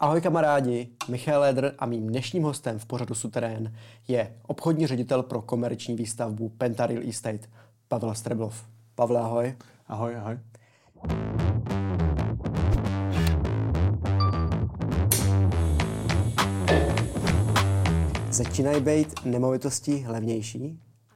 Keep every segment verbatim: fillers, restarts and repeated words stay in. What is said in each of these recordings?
Ahoj kamarádi, Michal Lédr a mým dnešním hostem v pořadu Suterén je obchodní ředitel pro komerční výstavbu Penta Real Estate, Pavel Streblov. Pavle, ahoj. Ahoj, ahoj. Začínají být nemovitosti levnější?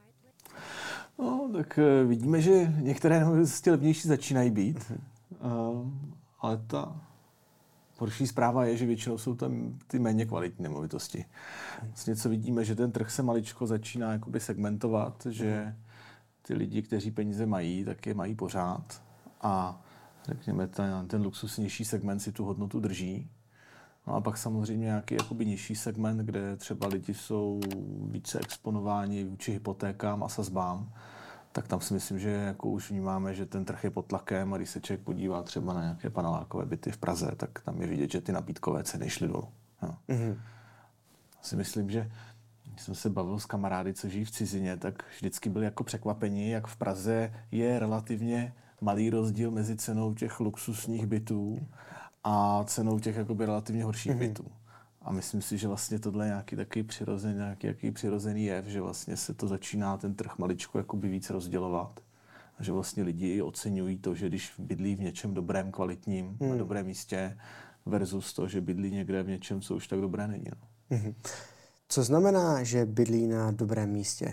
No, tak vidíme, že některé nemovitosti levnější začínají být, uh-huh. uh, ale ta horší zpráva je, že většinou jsou tam ty méně kvalitní nemovitosti. Vlastně co vidíme, že ten trh se maličko začíná jakoby segmentovat, že ty lidi, kteří peníze mají, tak je mají pořád a řekněme, ten, ten luxusnější segment si tu hodnotu drží. No a pak samozřejmě nějaký jakoby nižší segment, kde třeba lidi jsou více exponováni vůči hypotékám a sazbám, tak tam si myslím, že jako už vnímáme, že ten trh je pod tlakem a když se člověk podívá třeba na nějaké panelákové byty v Praze, tak tam je vidět, že ty nabídkové ceny šly dolů. No. Mm-hmm. Si myslím, že když jsem se bavil s kamarády, co žijí v cizině, tak vždycky byli jako překvapeni, jak v Praze je relativně malý rozdíl mezi cenou těch luxusních bytů a cenou těch jakoby relativně horších mm-hmm. bytů. A myslím si, že vlastně tohle je nějaký takový přirozený, nějaký, nějaký přirozený jev, že vlastně se to začíná ten trh maličko jakoby víc rozdělovat. A že vlastně lidi oceňují to, že když bydlí v něčem dobrém, kvalitním, mm. na dobrém místě, versus to, že bydlí někde v něčem, co už tak dobré není. No. Mm-hmm. Co znamená, že bydlí na dobrém místě?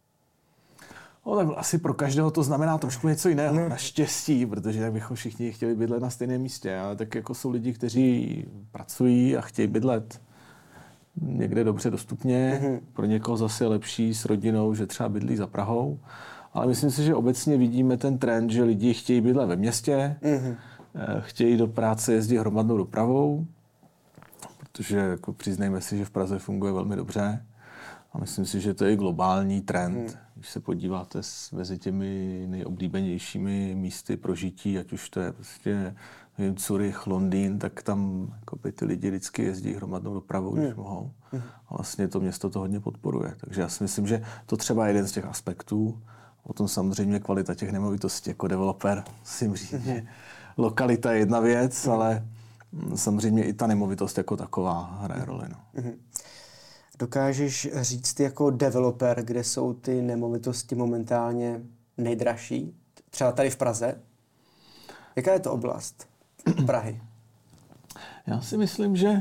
No, tak asi pro každého to znamená trošku něco jiného. Ne. Naštěstí, protože tak bychom všichni chtěli bydlet na stejném místě. Ale tak jako jsou lidi, kteří pracují a chtějí bydlet někde dobře dostupně. Mm-hmm. Pro někoho zase lepší s rodinou, že třeba bydlí za Prahou. Ale myslím si, že obecně vidíme ten trend, že lidi chtějí bydlet ve městě, mm-hmm. chtějí do práce jezdit hromadnou dopravou, protože jako přiznejme si, že v Praze funguje velmi dobře. A myslím si, že to je globální trend. Hmm. Když se podíváte mezi těmi nejoblíbenějšími místy pro žití, ať už to je prostě Zurich, Londýn, tak tam jakoby, ty lidi vždycky jezdí hromadnou dopravou, hmm. když mohou. Hmm. A vlastně to město to hodně podporuje. Takže já si myslím, že to třeba je jeden z těch aspektů. Potom samozřejmě kvalita těch nemovitostí jako developer, musím říct, hmm. že lokalita je jedna věc, hmm. ale samozřejmě i ta nemovitost jako taková hraje roli. No. Hmm. Dokážeš říct jako developer, kde jsou ty nemovitosti momentálně nejdražší? Třeba tady v Praze? Jaká je to oblast Prahy? Já si myslím, že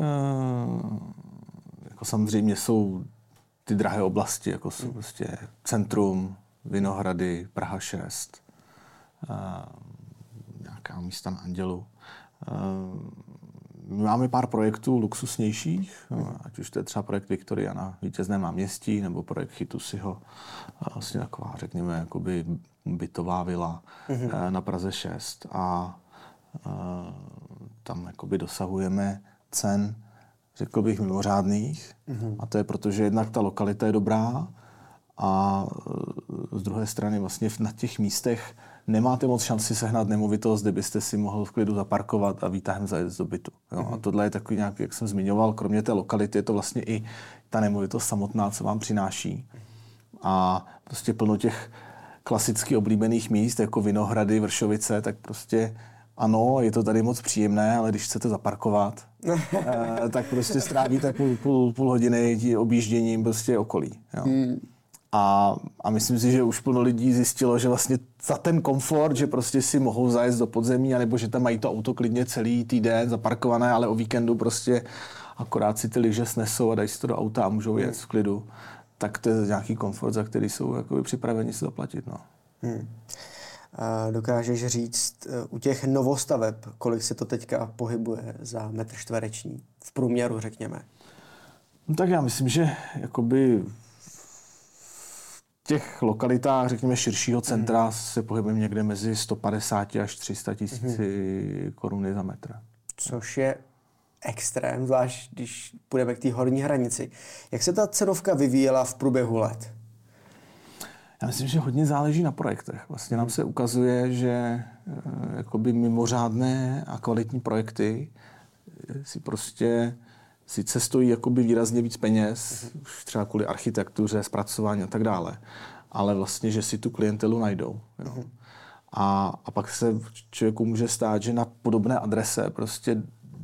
jako samozřejmě jsou ty drahé oblasti, jako jsou prostě Centrum, Vinohrady, Praha šest, nějaká místa na Andělu. My máme pár projektů luxusnějších, ať už to je třeba projekt Viktoria na Vítězném náměstí, nebo projekt Chytusiho, vlastně taková, řekněme, jakoby bytová vila mm-hmm. na Praze šest. A, a tam jakoby dosahujeme cen, řekl bych, mimořádných. Mm-hmm. A to je proto, že jednak ta lokalita je dobrá a z druhé strany vlastně na těch místech nemáte moc šanci sehnat nemovitost, kde byste si mohl v klidu zaparkovat a výtahem zajet do bytu. Jo? Mm-hmm. A tohle je takový nějaký, jak jsem zmiňoval, kromě té lokality je to vlastně i ta nemovitost samotná, co vám přináší. A prostě plno těch klasicky oblíbených míst, jako Vinohrady, Vršovice, tak prostě ano, je to tady moc příjemné, ale když chcete zaparkovat, eh, tak prostě strávíte půl, půl, půl hodiny objížděním prostě okolí. Jo? Mm. A, a myslím si, že už plno lidí zjistilo, že vlastně za ten komfort, že prostě si mohou zajet do podzemí, anebo že tam mají to auto klidně celý týden zaparkované, ale o víkendu prostě akorát si ty lyže snesou a dají si to do auta a můžou jet v klidu, tak to je nějaký komfort, za který jsou jakoby připraveni si zaplatit. No. Hmm. A dokážeš říct u těch novostaveb, kolik se to teďka pohybuje za metr čtvereční? V průměru, řekněme. No tak já myslím, že jakoby v těch lokalitách, řekněme, širšího centra hmm. se pohybujeme někde mezi sto padesát až tři sta tisíci hmm. koruny za metr. Což je extrém, zvlášť když půjdeme k té horní hranici. Jak se ta cenovka vyvíjela v průběhu let? Já myslím, že hodně záleží na projektech. Vlastně nám se ukazuje, že jakoby mimořádné a kvalitní projekty si prostě sice stojí jakoby výrazně víc peněz, už třeba kvůli architektuře, zpracování a tak dále, ale vlastně, že si tu klientelu najdou. Jo. A, a pak se člověku může stát, že na podobné adrese prostě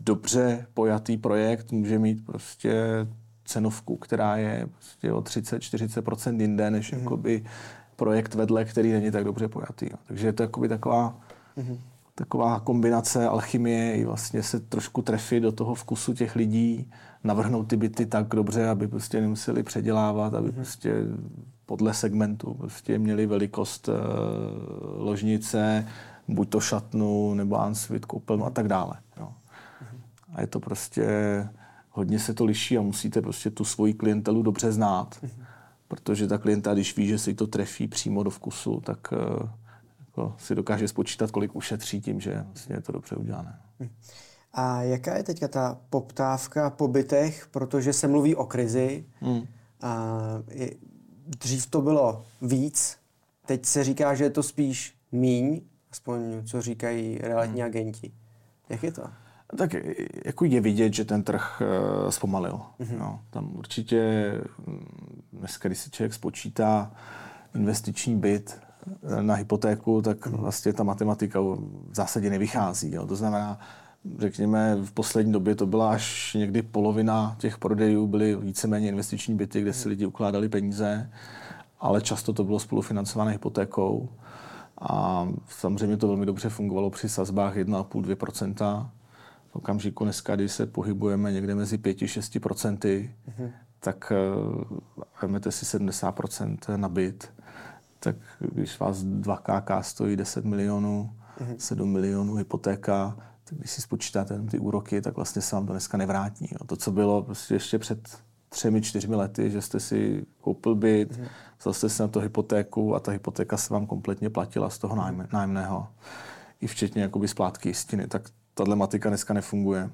dobře pojatý projekt může mít prostě cenovku, která je prostě o třicet až čtyřicet procent jinde, než mm-hmm. jakoby projekt vedle, který není tak dobře pojatý. Jo. Takže je to jakoby taková, mm-hmm. taková kombinace alchymie i vlastně se trošku trefit do toho vkusu těch lidí, navrhnout ty byty tak dobře, aby prostě nemuseli předělávat, aby mm-hmm. prostě podle segmentu prostě měli velikost uh, ložnice, buď to šatnu, nebo ensuite, koupelnu a tak dále. Jo. Mm-hmm. A je to prostě, hodně se to liší a musíte prostě tu svoji klientelu dobře znát. Mm-hmm. Protože ta klienta, když ví, že se jí to trefí přímo do vkusu, tak uh, jako si dokáže spočítat, kolik ušetří tím, že vlastně je to dobře udělané. A jaká je teďka ta poptávka po bytech, protože se mluví o krizi. Hmm. A je, dřív to bylo víc, teď se říká, že je to spíš míň, aspoň co říkají realitní hmm. agenti. Jak je to? Tak jako je vidět, že ten trh uh, zpomalil. Mm-hmm. No, tam určitě dneska, když si člověk spočítá investiční byt na hypotéku, tak mm-hmm. vlastně ta matematika v zásadě nevychází. Jo. To znamená, řekněme, v poslední době to byla až někdy polovina těch prodejů byly víceméně investiční byty, kde si lidi ukládali peníze, ale často to bylo spolufinancované hypotékou. A samozřejmě to velmi dobře fungovalo při sazbách jedna celá pět až dvě procenta. V okamžiku dneska, když se pohybujeme někde mezi pět až šest procenty, mm-hmm. tak uh, vezmete si sedmdesát procent na byt, tak když vás dva ká stojí deset milionů, mm-hmm. sedm milionů hypotéka, tak když si spočítáte ty úroky, tak vlastně se vám to dneska nevrátí. Jo. To, co bylo prostě ještě před třemi, čtyřmi lety, že jste si koupil byt, mm-hmm. vzal jste si na to hypotéku a ta hypotéka se vám kompletně platila z toho nájm, nájemného. I včetně jakoby splátky jistiny. Tak tato matika dneska nefunguje.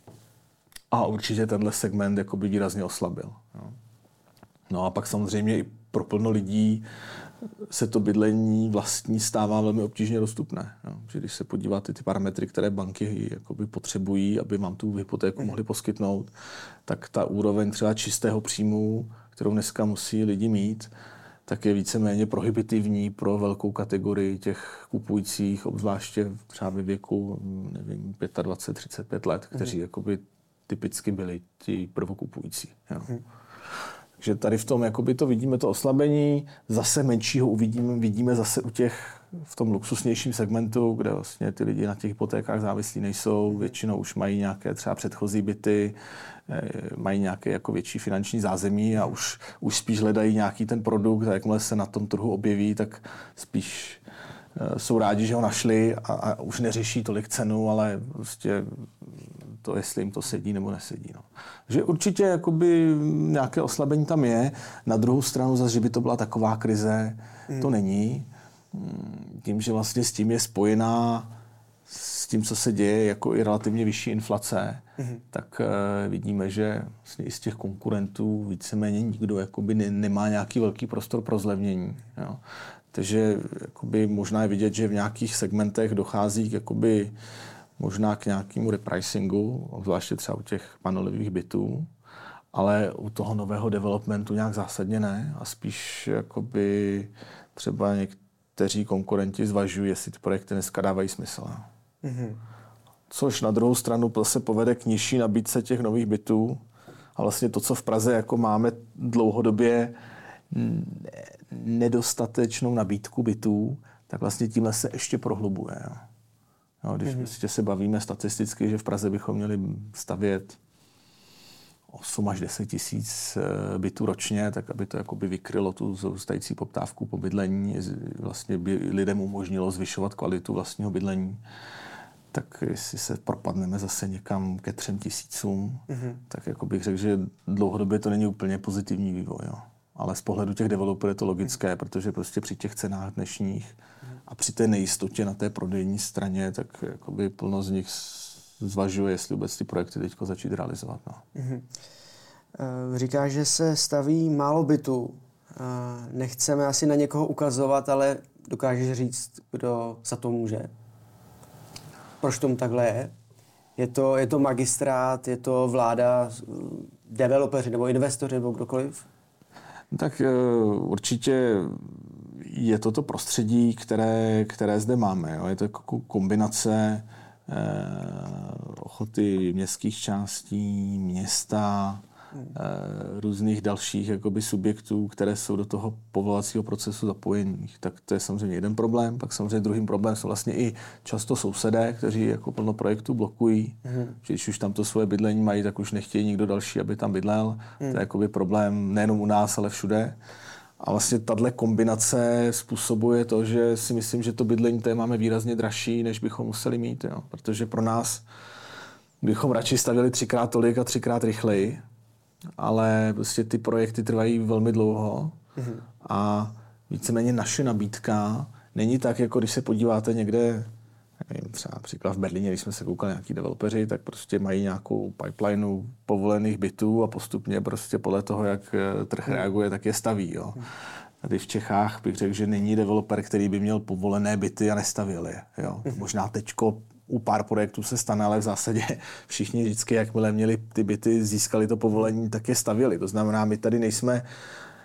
A určitě tenhle segment jakoby výrazně oslabil. Jo. No a pak samozřejmě i pro plno lidí se to bydlení vlastní stává velmi obtížně dostupné. Jo. Že když se podíváte ty parametry, které banky jakoby potřebují, aby vám tu hypotéku mohly poskytnout, tak ta úroveň třeba čistého příjmu, kterou dneska musí lidi mít, tak je víceméně prohibitivní pro velkou kategorii těch kupujících, obzvláště třeba ve věku, nevím, dvacet pět třicet pět let, kteří mm. jakoby typicky byli ti prvokupující. Jo. Mm. Takže tady v tom jakoby to vidíme to oslabení, zase menšího uvidíme, vidíme zase u těch v tom luxusnějším segmentu, kde vlastně ty lidi na těch hypotékách závislí nejsou, většinou už mají nějaké třeba předchozí byty, mají nějaké jako větší finanční zázemí a už, už spíš hledají nějaký ten produkt a jakmile se na tom trhu objeví, tak spíš jsou rádi, že ho našli a, a už neřeší tolik cenu, ale prostě to, jestli jim to sedí nebo nesedí. No. Že určitě jakoby nějaké oslabení tam je. Na druhou stranu zase, že by to byla taková krize, mm. to není. Tím, že vlastně s tím je spojená s tím, co se děje, jako i relativně vyšší inflace, mm. tak uh, vidíme, že vlastně i z těch konkurentů víceméně nikdo jakoby ne, nemá nějaký velký prostor pro zlevnění. Jo. Takže jakoby možná je vidět, že v nějakých segmentech dochází k jakoby možná k nějakému repricingu, zvláště třeba u těch panelových bytů, ale u toho nového developmentu nějak zásadně ne a spíš jakoby třeba někteří konkurenti zvažují, jestli ty projekty dneska dávají smysl. Mm-hmm. Což na druhou stranu se povede k nižší nabídce těch nových bytů a vlastně to, co v Praze jako máme dlouhodobě nedostatečnou nabídku bytů, tak vlastně tímhle se ještě prohlubuje. Jo. Jo, když mm-hmm. prostě se bavíme statisticky, že v Praze bychom měli stavět osm až deset tisíc bytů ročně, tak aby to jakoby vykrylo tu zůstající poptávku po bydlení, vlastně by lidem umožnilo zvyšovat kvalitu vlastního bydlení. Tak jestli se propadneme zase někam ke třem tisícům, mm-hmm. tak jako bych řekl, že dlouhodobě to není úplně pozitivní vývoj. Jo. Ale z pohledu těch developerů je to logické, protože prostě při těch cenách dnešních a při té nejistotě na té prodejní straně, tak jakoby plno z nich zvažuje, jestli vůbec ty projekty teď začít realizovat. No. Mm-hmm. Říká, že se staví málo bytů. Nechceme asi na někoho ukazovat, ale dokážeš říct, kdo za to může? Proč tomu takhle je? Je to, je to magistrát, je to vláda, developeři nebo investoři nebo kdokoliv? Tak určitě je to to prostředí, které, které zde máme. Jo. Je to jako kombinace ochoty městských částí, města, různých dalších jakoby, subjektů, které jsou do toho povolovacího procesu zapojení. Tak to je samozřejmě jeden problém. Pak samozřejmě druhým problém jsou vlastně i často sousedé, kteří jako plno projektů blokují. Mm. Že když už tam to svoje bydlení mají, tak už nechtějí nikdo další, aby tam bydlel. Mm. To je jakoby problém nejenom u nás, ale všude. A vlastně tahle kombinace způsobuje to, že si myslím, že to bydlení tady máme výrazně dražší, než bychom museli mít. Jo. Protože pro nás bychom radši stavěli třikrát tolik a třikrát rychleji, ale prostě ty projekty trvají velmi dlouho mm-hmm. a víceméně naše nabídka není tak, jako když se podíváte někde, nevím, třeba příklad v Berlíně, když jsme se koukali nějaký developeři, tak prostě mají nějakou pipelineu povolených bytů a postupně prostě podle toho, jak trh reaguje, tak je staví. Jo. Tady v Čechách bych řekl, že není developer, který by měl povolené byty a nestavěl je. Jo. Mm-hmm. Možná teďko u pár projektů se stane, ale v zásadě všichni vždycky, jakmile měli ty byty, získali to povolení, tak je stavěli. To znamená, my tady nejsme, eh,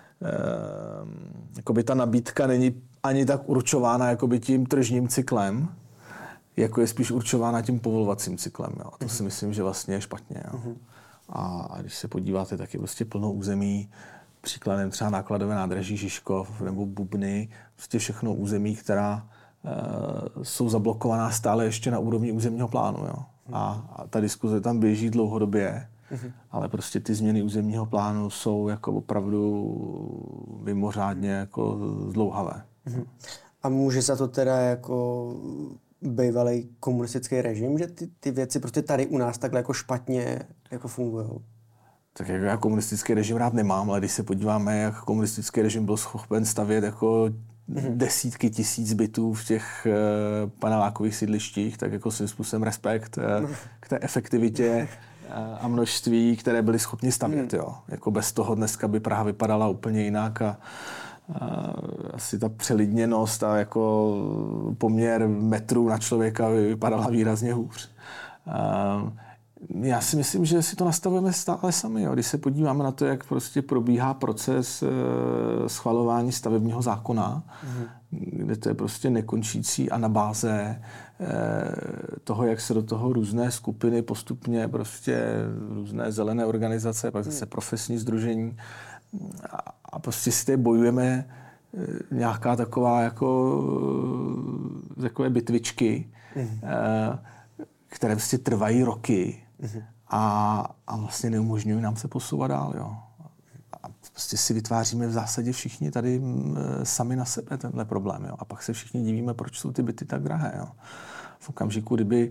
jakoby ta nabídka není ani tak určována jakoby tím tržním cyklem, jako je spíš určována tím povolovacím cyklem. Jo. To si myslím, že vlastně je špatně. Jo. A, a když se podíváte, tak je prostě plno území, příkladem třeba nákladové nádraží Žižkov nebo Bubny, prostě všechno území, která jsou zablokovaná stále ještě na úrovni územního plánu. Jo. A, a ta diskuze tam běží dlouhodobě, mm-hmm. ale prostě ty změny územního plánu jsou jako opravdu mimořádně jako zdlouhavé. Mm-hmm. A může za to teda jako bývalý komunistický režim, že ty, ty věci prostě tady u nás takhle jako špatně jako fungují? Tak jako já komunistický režim rád nemám, ale když se podíváme, jak komunistický režim byl schopen stavět jako desítky tisíc bytů v těch uh, panelákových sídlištích, tak jako svým způsobem respekt uh, k té efektivitě uh, a množství, které byli schopni stavět. Jo. Jako bez toho dneska by Praha vypadala úplně jinak a uh, asi ta přelidněnost a jako poměr metrů na člověka by vypadala výrazně hůř. Uh, Já si myslím, že si to nastavujeme stále sami. Jo. Když se podíváme na to, jak prostě probíhá proces e, schvalování stavebního zákona, mm. kde to je prostě nekončící a na báze e, toho, jak se do toho různé skupiny postupně prostě různé zelené organizace, pak zase mm. profesní sdružení a, a prostě si tady bojujeme e, nějaká taková jako takové bitvičky, mm. e, které prostě trvají roky. Mm-hmm. A, a vlastně neumožňují nám se posouvat dál. Jo. A prostě si vytváříme v zásadě všichni tady m, sami na sebe tenhle problém. Jo. A pak se všichni divíme, proč jsou ty byty tak drahé. Jo. V okamžiku, kdyby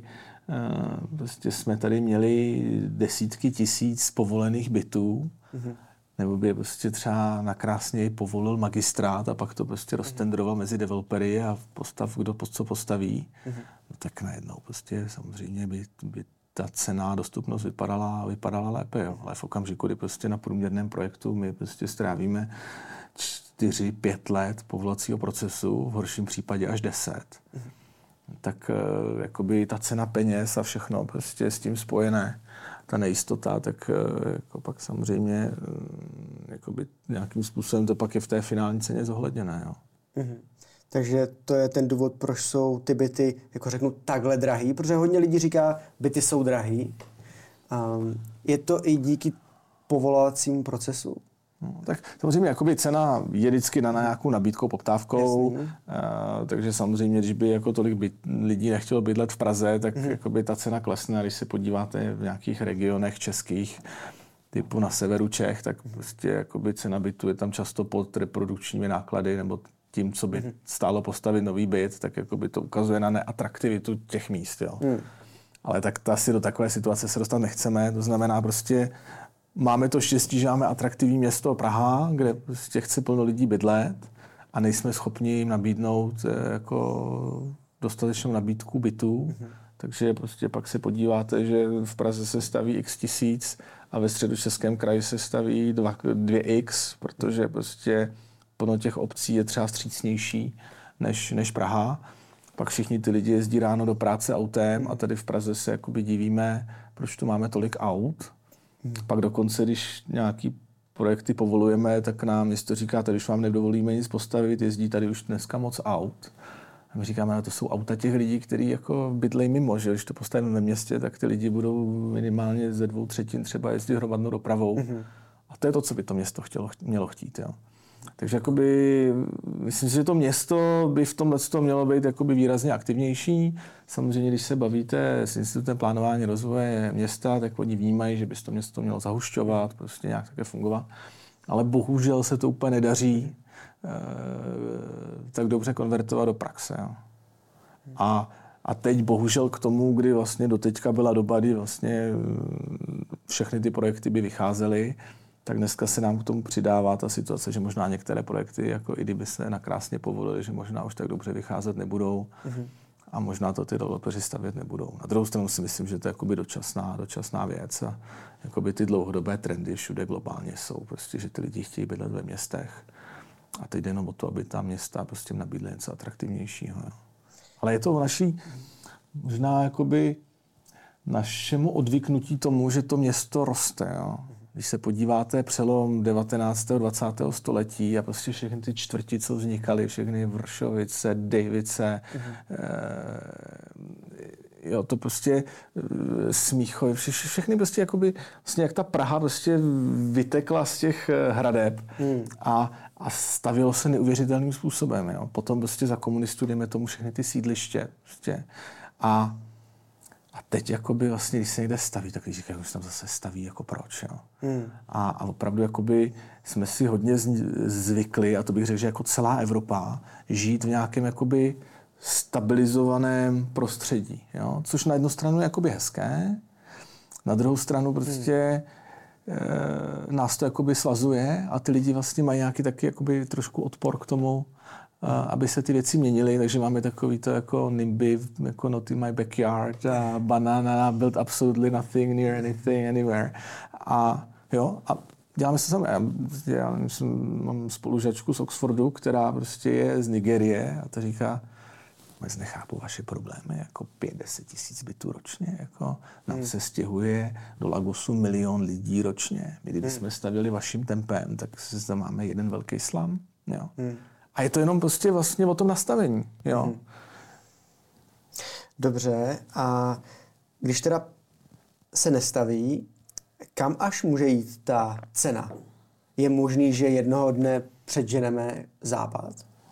e, prostě jsme tady měli desítky tisíc povolených bytů, mm-hmm. nebo by prostě třeba nakrásněji povolil magistrát a pak to prostě roztendroval mezi developery a postav, kdo co postaví, mm-hmm. no tak najednou prostě samozřejmě by, by ta cena, dostupnost vypadala, vypadala lépe. Jo. Ale v okamžiku, kdy prostě na průměrném projektu my prostě strávíme čtyři, pět let povolacího procesu, v horším případě až deset, mm-hmm. tak jakoby ta cena peněz a všechno prostě s tím spojené, ta nejistota, tak jako pak samozřejmě jakoby nějakým způsobem to pak je v té finální ceně zohledněné. Jo. Mm-hmm. Takže to je ten důvod, proč jsou ty byty, jako řeknu, takhle drahý, protože hodně lidí říká, byty jsou drahý. Um, je to i díky povolovacímu procesu? No, tak samozřejmě jakoby cena je vždycky na nějakou nabídkou, poptávkou, uh, takže samozřejmě, když by jako tolik byt, lidí nechtělo bydlet v Praze, tak mm-hmm. jakoby ta cena klesne. A když se podíváte v nějakých regionech českých, typu na severu Čech, tak prostě jakoby cena bytu je tam často pod reprodukčními náklady nebo tím, co by mm-hmm. stálo postavit nový byt, tak jakoby to ukazuje na neatraktivitu těch míst. Jo. Mm. Ale tak to asi do takové situace se dostat nechceme. To znamená prostě máme to štěstí, že máme atraktivní město Praha, kde prostě chce plno lidí bydlet a nejsme schopni jim nabídnout jako dostatečnou nabídku bytů. Mm-hmm. Takže prostě pak se podíváte, že v Praze se staví x tisíc a ve Středočeském kraji se staví dvě x, protože prostě plno těch obcí je třeba vstřícnější než, než Praha. Pak všichni ty lidi jezdí ráno do práce autem a tady v Praze se jakoby divíme, proč tu máme tolik aut. Hmm. Pak dokonce, když nějaký projekty povolujeme, tak nám město říká, tady už vám nedovolíme nic postavit, jezdí tady už dneska moc aut. A my říkáme, ale to jsou auta těch lidí, kteří jako bydlejí mimo, že když to postavíme ve městě, tak ty lidi budou minimálně ze dvou třetin třeba jezdit hromadnou dopravou. Mm-hmm. A to je to, co by to město chtělo, mělo chtít. Jo. Takže jakoby, myslím si, že to město by v tomhle to mělo být jakoby výrazně aktivnější. Samozřejmě, když se bavíte s institutem plánování rozvoje města, tak oni vnímají, že by to město mělo zahušťovat, prostě nějak také fungovat. Ale bohužel se to úplně nedaří e, tak dobře konvertovat do praxe. Jo. A, a teď bohužel k tomu, kdy vlastně doteďka byla doba, kdy vlastně všechny ty projekty by vycházely, tak dneska se nám k tomu přidává ta situace, že možná některé projekty, jako i kdyby se nakrásně povolily, že možná už tak dobře vycházet nebudou mm-hmm. a možná to ty developeři stavět nebudou. Na druhou stranu si myslím, že to je jakoby dočasná, dočasná věc a jakoby ty dlouhodobé trendy všude globálně jsou, prostě, že ty lidi chtějí bydlet ve městech a teď jde jenom o to, aby ta města prostě nabídly něco atraktivnějšího. Jo. Ale je to v naší, možná jakoby našemu odvyknutí tomu, že to město roste, jo. Když se podíváte přelom devatenáctého dvacátého století a prostě všechny ty čtvrti, co vznikaly, všechny Vršovice, Dejvice, mm-hmm. e, jo, to prostě e, Smíchov, vše, všechny prostě jakoby, vlastně jak ta Praha prostě vytekla z těch hradeb mm. a, a stavilo se neuvěřitelným způsobem, jo. Potom prostě za komunistů jdeme tomu všechny ty sídliště, prostě. A A teď jakoby vlastně, když se někde staví, tak když říkají, že se tam zase staví, jako proč, jo. Hmm. A, a opravdu jakoby jsme si hodně zvykli, a to bych řekl, že jako celá Evropa, žít v nějakém jakoby stabilizovaném prostředí, jo. Což na jednu stranu je jakoby hezké, na druhou stranu prostě hmm. e, nás to jakoby svazuje a ty lidi vlastně mají nějaký taky jakoby trošku odpor k tomu, aby se ty věci měnily, takže máme takový to jako NIMBY, jako not in my backyard, a banana, build absolutely nothing near anything, anywhere. A jo, a děláme se sami. Já, já jsem, mám spolužačku z Oxfordu, která prostě je z Nigérie a ta říká, vůbec nechápu vaše problémy, jako pět deset tisíc bytů ročně, jako nám hmm. se stěhuje do Lagosu milion lidí ročně. My když hmm. jsme stavěli vaším tempem, tak se tam máme jeden velký slum, jo. Hmm. A je to jenom prostě vlastně o tom nastavení, jo. Hmm. Dobře, a když teda se nestaví, kam až může jít ta cena? Je možný, že jednoho dne předženeme Západ?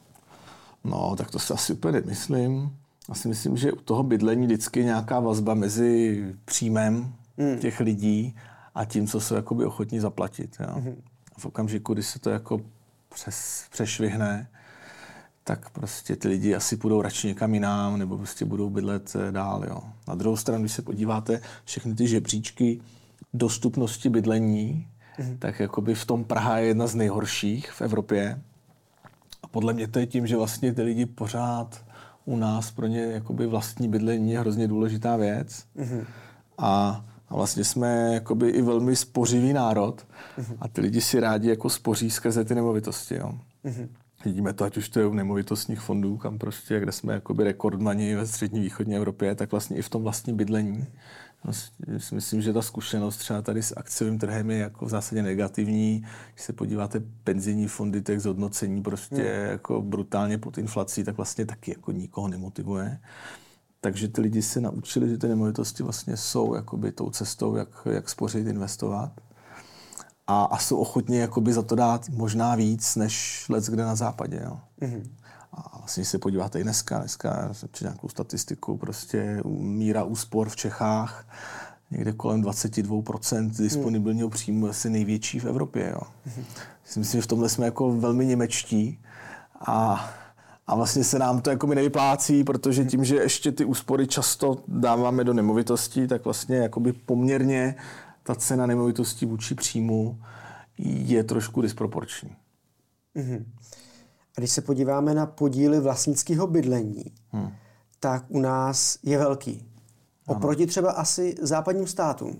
No, tak to si asi úplně nemyslím. Asi myslím, že u toho bydlení vždycky nějaká vazba mezi příjmem hmm. těch lidí a tím, co jsou jakoby ochotní zaplatit, jo. Hmm. A v okamžiku, kdy se to jako přes, přešvihne, tak prostě ty lidi asi půjdou radši někam jinam, nebo prostě budou bydlet dál, jo. Na druhou stranu, když se podíváte všechny ty žebříčky dostupnosti bydlení, mm. tak jakoby v tom Praha je jedna z nejhorších v Evropě. A podle mě to je tím, že vlastně ty lidi pořád u nás pro ně jakoby vlastní bydlení je hrozně důležitá věc. Mm. A A vlastně jsme jakoby i velmi spořivý národ mm-hmm. a ty lidi si rádi jako spoří skrze ty nemovitosti. Jo. Mm-hmm. Vidíme to, ať už to je u nemovitostních fondů, kam prostě, kde jsme jakoby rekordmani ve střední východní Evropě, tak vlastně i v tom vlastním bydlení. No, myslím, že ta zkušenost třeba tady s akciovým trhem je jako v zásadě negativní. Když se podíváte penzijní fondy, tak zhodnocení prostě mm. jako brutálně pod inflací, tak vlastně taky jako nikoho nemotivuje. Takže ty lidi se naučili, že ty nemovitosti vlastně jsou jakoby tou cestou, jak, jak spořit, investovat. A, a jsou ochotní jakoby za to dát možná víc, než let kde na západě. Jo. Mm-hmm. A vlastně se podíváte i dneska, dneska jsem četl nějakou statistiku, prostě míra úspor v Čechách, někde kolem dvacet dva procent disponibilního příjmu, asi největší v Evropě. Jo. Mm-hmm. Myslím, že v tomhle jsme jako velmi němečtí a A vlastně se nám to jakoby nevyplácí, protože tím, že ještě ty úspory často dáváme do nemovitostí, tak vlastně jakoby poměrně ta cena nemovitostí vůči příjmu je trošku disproporční. Mm-hmm. A když se podíváme na podíly vlastnického bydlení, hmm. tak u nás je velký. Oproti třeba asi západním státům.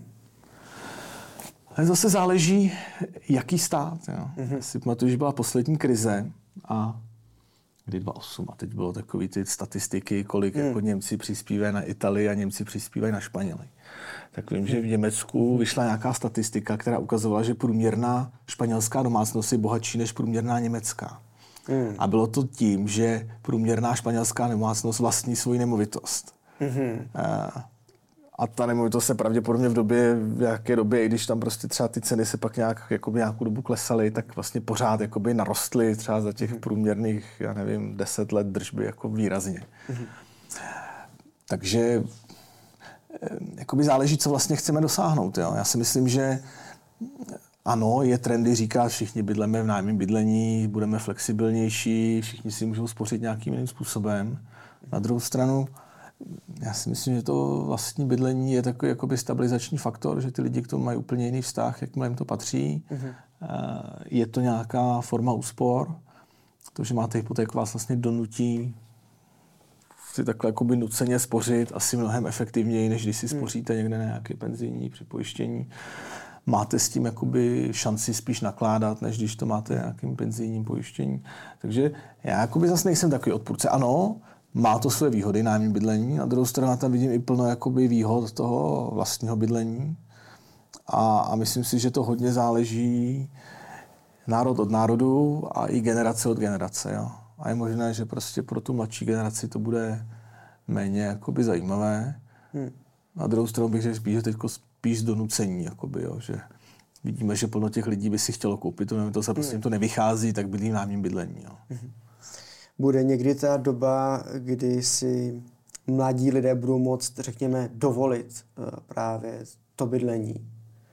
Ale zase záleží, jaký stát. Jo. Mm-hmm. Si pamatuju, že byla poslední krize a kdy dva tisíce osm a teď bylo takový ty statistiky, kolik hmm. jako Němci přispívají na Itálii a Němci přispívají na Španěly. Tak vím, že v Německu vyšla nějaká statistika, která ukazovala, že průměrná španělská domácnost je bohatší než průměrná německá. Mm. A bylo to tím, že průměrná španělská domácnost vlastní svoji nemovitost. Mm-hmm. A, a ta nemovitost se pravděpodobně v době, v jaké době, i když tam prostě třeba ty ceny se pak nějak, jakoby nějakou dobu klesaly, tak vlastně pořád jakoby narostly třeba za těch průměrných, já nevím, deset let držby jako výrazně. Mm-hmm. Takže jakoby záleží, co vlastně chceme dosáhnout. Jo? Já si myslím, že ano, je trendy říkat, všichni bydlíme v nájemním bydlení, budeme flexibilnější, všichni si můžou spořit nějakým jiným způsobem. Na druhou stranu, já si myslím, že to vlastní bydlení je takový jakoby stabilizační faktor, že ty lidi k tomu mají úplně jiný vztah, jakmile jim to patří. Mm-hmm. Je to nějaká forma úspor. To, že máte hypotéku, vás vlastně donutí si takhle jakoby nuceně spořit asi mnohem efektivněji, než když si spoříte někde na nějaké penzijní připojištění. Máte s tím jakoby šanci spíš nakládat, než když to máte nějakým penzijním pojištění. Takže já jakoby zase nejsem takový odpůrce. Ano, má to své výhody nájemní bydlení, na druhou stranu tam vidím i plno jakoby výhod toho vlastního bydlení. A, a myslím si, že to hodně záleží národ od národu a i generace od generace. Jo. A je možné, že prostě pro tu mladší generaci to bude méně jakoby zajímavé. Hmm. Na druhou stranu bych řekl spíš, že teďko spíš donucení, jakoby, jo, že vidíme, že plno těch lidí by si chtělo koupit, to, to se prostě jim to nevychází, tak bydlí v nájemním bydlení. Jo. Hmm. Bude někdy ta doba, kdy si mladí lidé budou moct, řekněme, dovolit uh, právě to bydlení?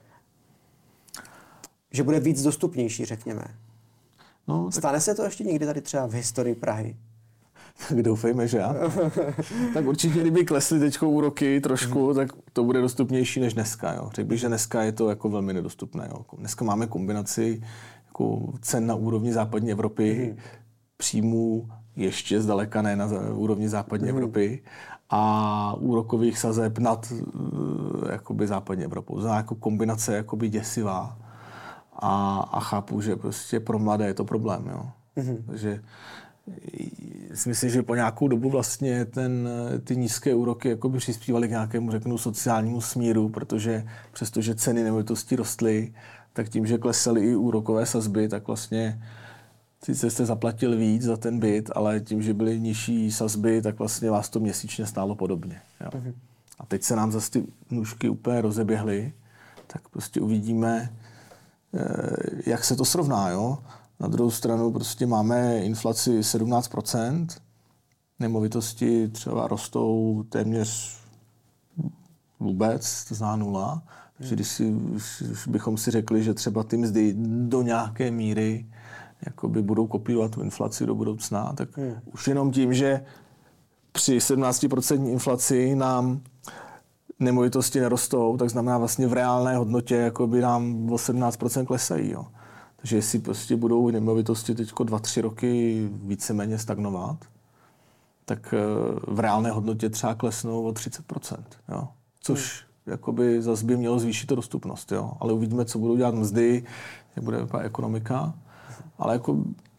Že bude víc dostupnější, řekněme. No, tak... Stane se to ještě někdy tady třeba v historii Prahy? Tak doufejme, že já. Tak určitě, kdyby klesly teďko úroky trošku, mm. tak to bude dostupnější než dneska. Jo. Řekl bych, že dneska je to jako velmi nedostupné. Jo. Dneska máme kombinaci jako cen na úrovni západní Evropy, mm. příjmů ještě zdaleka ne na úrovni západní mm. Evropy a úrokových sazeb nad jakoby západní Evropou. To je jako kombinace jakoby děsivá. A, a chápu, že prostě pro mladé je to problém. Jo. Mm-hmm. Takže si myslím, že po nějakou dobu vlastně ten, ty nízké úroky jakoby přispívaly k nějakému, řeknu, sociálnímu smíru, protože přestože ceny nemovitostí rostly, tak tím, že klesaly i úrokové sazby, tak vlastně sice jste zaplatil víc za ten byt, ale tím, že byly nižší sazby, tak vlastně vás to měsíčně stálo podobně. Jo. Mm-hmm. A teď se nám zase ty nůžky úplně rozeběhly, tak prostě uvidíme, jak se to srovná, jo? Na druhou stranu prostě máme inflaci sedmnáct procent, nemovitosti třeba rostou téměř vůbec, to znamená nula. Takže když, si, když bychom si řekli, že třeba ty mzdy do nějaké míry jakoby budou kopírovat tu inflaci do budoucna, tak hmm. už jenom tím, že při sedmnáct procent inflaci nám nemovitosti nerostou, tak znamená vlastně v reálné hodnotě jakoby nám o sedmnáct procent klesají. Jo. Takže jestli prostě budou nemovitosti teďko dva, tři roky víceméně stagnovat, tak v reálné hodnotě třeba klesnou o třicet procent. Jo. Což hmm. jakoby zase by mělo zvýšit to dostupnost. Jo. Ale uvidíme, co budou dělat mzdy, jak bude vypadat ekonomika. Ale jako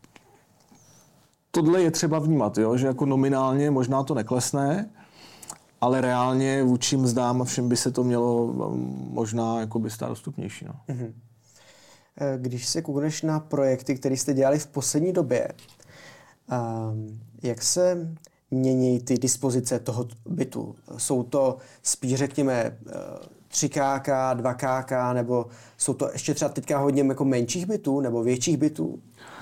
tohle je třeba vnímat, jo, že jako nominálně možná to neklesne, ale reálně vůči mzdám a všem by se to mělo možná jakoby stát dostupnější. No. Když se koukneš na projekty, které jste dělali v poslední době, jak se mění ty dispozice toho bytu? Jsou to spíš, řekněme, tři ká ká, dva ká ká, nebo jsou to ještě třeba teďka hodně jako menších bytů nebo větších bytů?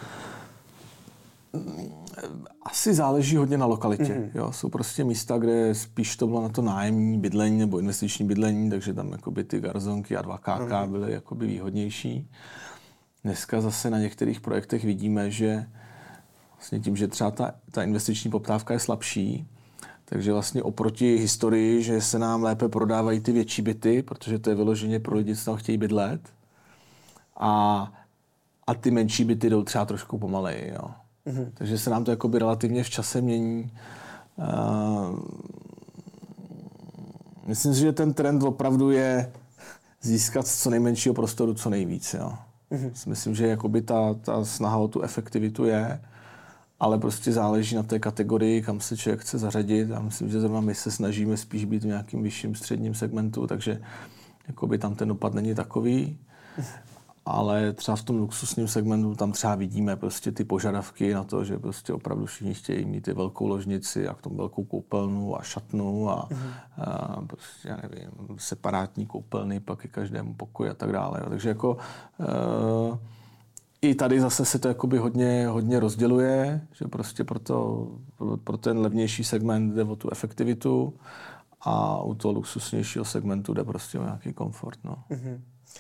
Asi záleží hodně na lokalitě. Mm-hmm. Jo, jsou prostě místa, kde spíš to bylo na to nájemní bydlení nebo investiční bydlení, takže tam jakoby ty garzonky a dva ká ká mm-hmm. byly jakoby výhodnější. Dneska zase na některých projektech vidíme, že vlastně tím, že třeba ta, ta investiční poptávka je slabší, takže vlastně oproti historii, že se nám lépe prodávají ty větší byty, protože to je vyloženě pro lidi, co tam chtějí bydlet. A, a ty menší byty jdou třeba trošku pomaleji. Jo. Mm-hmm. Takže se nám to jakoby relativně v čase mění. Uh, myslím si, že ten trend opravdu je získat z co nejmenšího prostoru co nejvíc. Jo. Mm-hmm. Myslím, že jakoby ta, ta snaha o tu efektivitu je, ale prostě záleží na té kategorii, kam se člověk chce zařadit. Já myslím, že zrovna my se snažíme spíš být v nějakým vyšším středním segmentu, takže jakoby tam ten dopad není takový. ale třeba v tom luxusním segmentu tam třeba vidíme prostě ty požadavky na to, že prostě opravdu všichni chtějí mít ty velkou ložnici a k tomu velkou koupelnu a šatnu a, mm. a prostě, já nevím, separátní koupelny pak i každému pokoji a tak dále. Takže jako uh, i tady zase se to jakoby hodně, hodně rozděluje, že prostě pro, to, pro, pro ten levnější segment jde o tu efektivitu a u toho luxusnějšího segmentu jde prostě o nějaký komfort. No. Mm-hmm.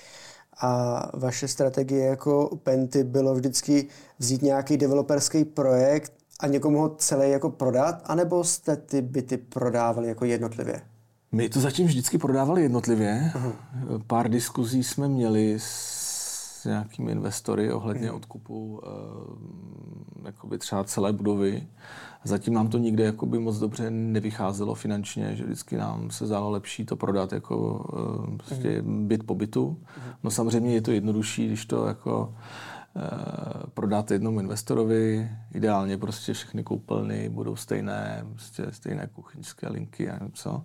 A vaše strategie jako Penty bylo vždycky vzít nějaký developerský projekt a někomu ho celé jako prodat, anebo jste ty byty prodávali jako jednotlivě? My to zatím vždycky prodávali jednotlivě. Uh-huh. Pár diskuzí jsme měli s nějakými investory ohledně uh-huh. odkupu uh, jakoby třeba celé budovy. Zatím nám to nikde jakoby moc dobře nevycházelo finančně, že vždycky nám se zdálo lepší to prodat jako uh, prostě uh-huh. byt po bytu. Uh-huh. No samozřejmě je to jednodušší, když to jako uh, prodáte jednomu investorovi. Ideálně prostě všechny koupelny budou stejné, prostě stejné kuchyňské linky a nevím co.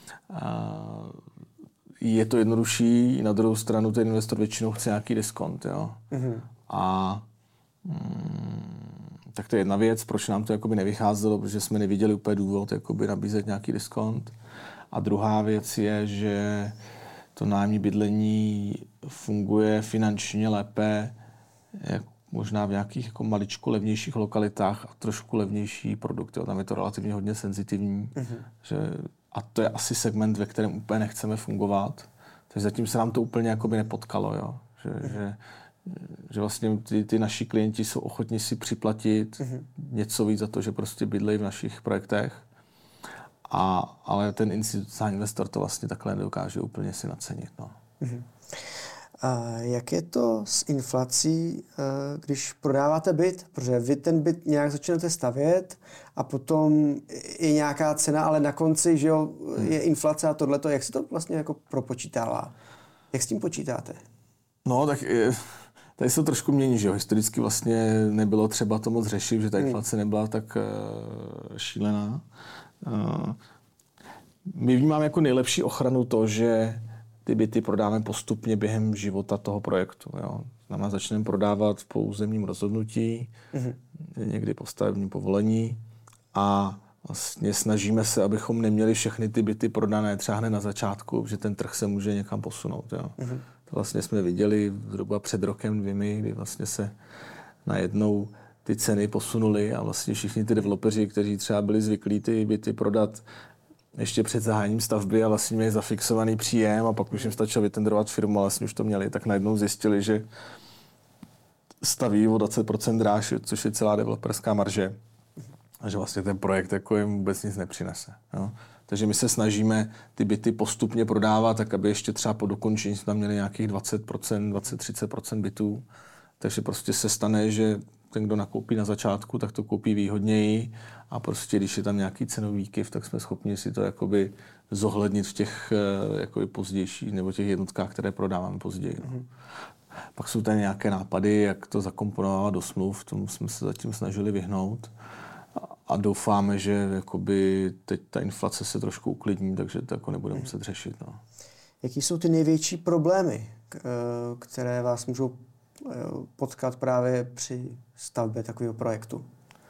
Uh, je to jednodušší, na druhou stranu ten investor většinou chce nějaký diskont, jo. Uh-huh. A mm, tak to je jedna věc, proč nám to jakoby nevycházelo, protože jsme neviděli úplně důvod jakoby nabízet nějaký diskont. A druhá věc je, že to nájemní bydlení funguje finančně lépe, jak možná v nějakých jako maličko levnějších lokalitách a trošku levnější produkt. Jo. Tam je to relativně hodně senzitivní. Uh-huh. Že, a to je asi segment, ve kterém úplně nechceme fungovat. Takže zatím se nám to úplně jakoby nepotkalo. Jo. Že, uh-huh. že, že vlastně ty, ty naši klienti jsou ochotní si připlatit uh-huh. něco víc za to, že prostě bydlejí v našich projektech. A, ale ten institucionální investor to vlastně takhle nedokáže úplně si nacenit. No. Uh-huh. A jak je to s inflací, když prodáváte byt? Protože vy ten byt nějak začnete stavět a potom je nějaká cena, ale na konci, že jo, je inflace a tohleto. Jak se to vlastně jako propočítává? Jak s tím počítáte? No, tak je, tady se to trošku mění, že jo. Historicky vlastně nebylo třeba to moc řešit, že ta inflace nebyla tak uh, šílená. Uh, my vnímáme jako nejlepší ochranu to, že ty byty prodáme postupně během života toho projektu. Jo. Znamená, začneme prodávat po územním rozhodnutí, mm-hmm. někdy po stavebním povolení a vlastně snažíme se, abychom neměli všechny ty byty prodané třeba hned na začátku, že ten trh se může někam posunout. Jo. Mm-hmm. To vlastně jsme viděli zhruba před rokem, dvěmi, kdy vlastně se najednou ty ceny posunuly a vlastně všichni ty developeři, kteří třeba byli zvyklí ty byty prodat ještě před zahájením stavby a vlastně měli zafixovaný příjem a pak už jim stačilo vytendrovat firmu a vlastně už to měli, tak najednou zjistili, že staví o dvacet procent dráž, což je celá developerská marže a že vlastně ten projekt jako jim vůbec nic nepřinese. Jo. Takže my se snažíme ty byty postupně prodávat, tak aby ještě třeba po dokončení jsme tam měli nějakých dvacet procent, dvacet třicet procent bytů. Takže prostě se stane, že ten, kdo nakoupí na začátku, tak to koupí výhodněji a prostě, když je tam nějaký cenový výkyv, tak jsme schopni si to jakoby zohlednit v těch jakoby pozdějších nebo těch jednotkách, které prodáváme později. No. Mm. Pak jsou tady nějaké nápady, jak to zakomponovat do smluv, tomu jsme se zatím snažili vyhnout a doufáme, že jakoby teď ta inflace se trošku uklidní, takže to jako nebude muset řešit. No. Jaký jsou ty největší problémy, které vás můžou potkat právě při stavbě takového projektu?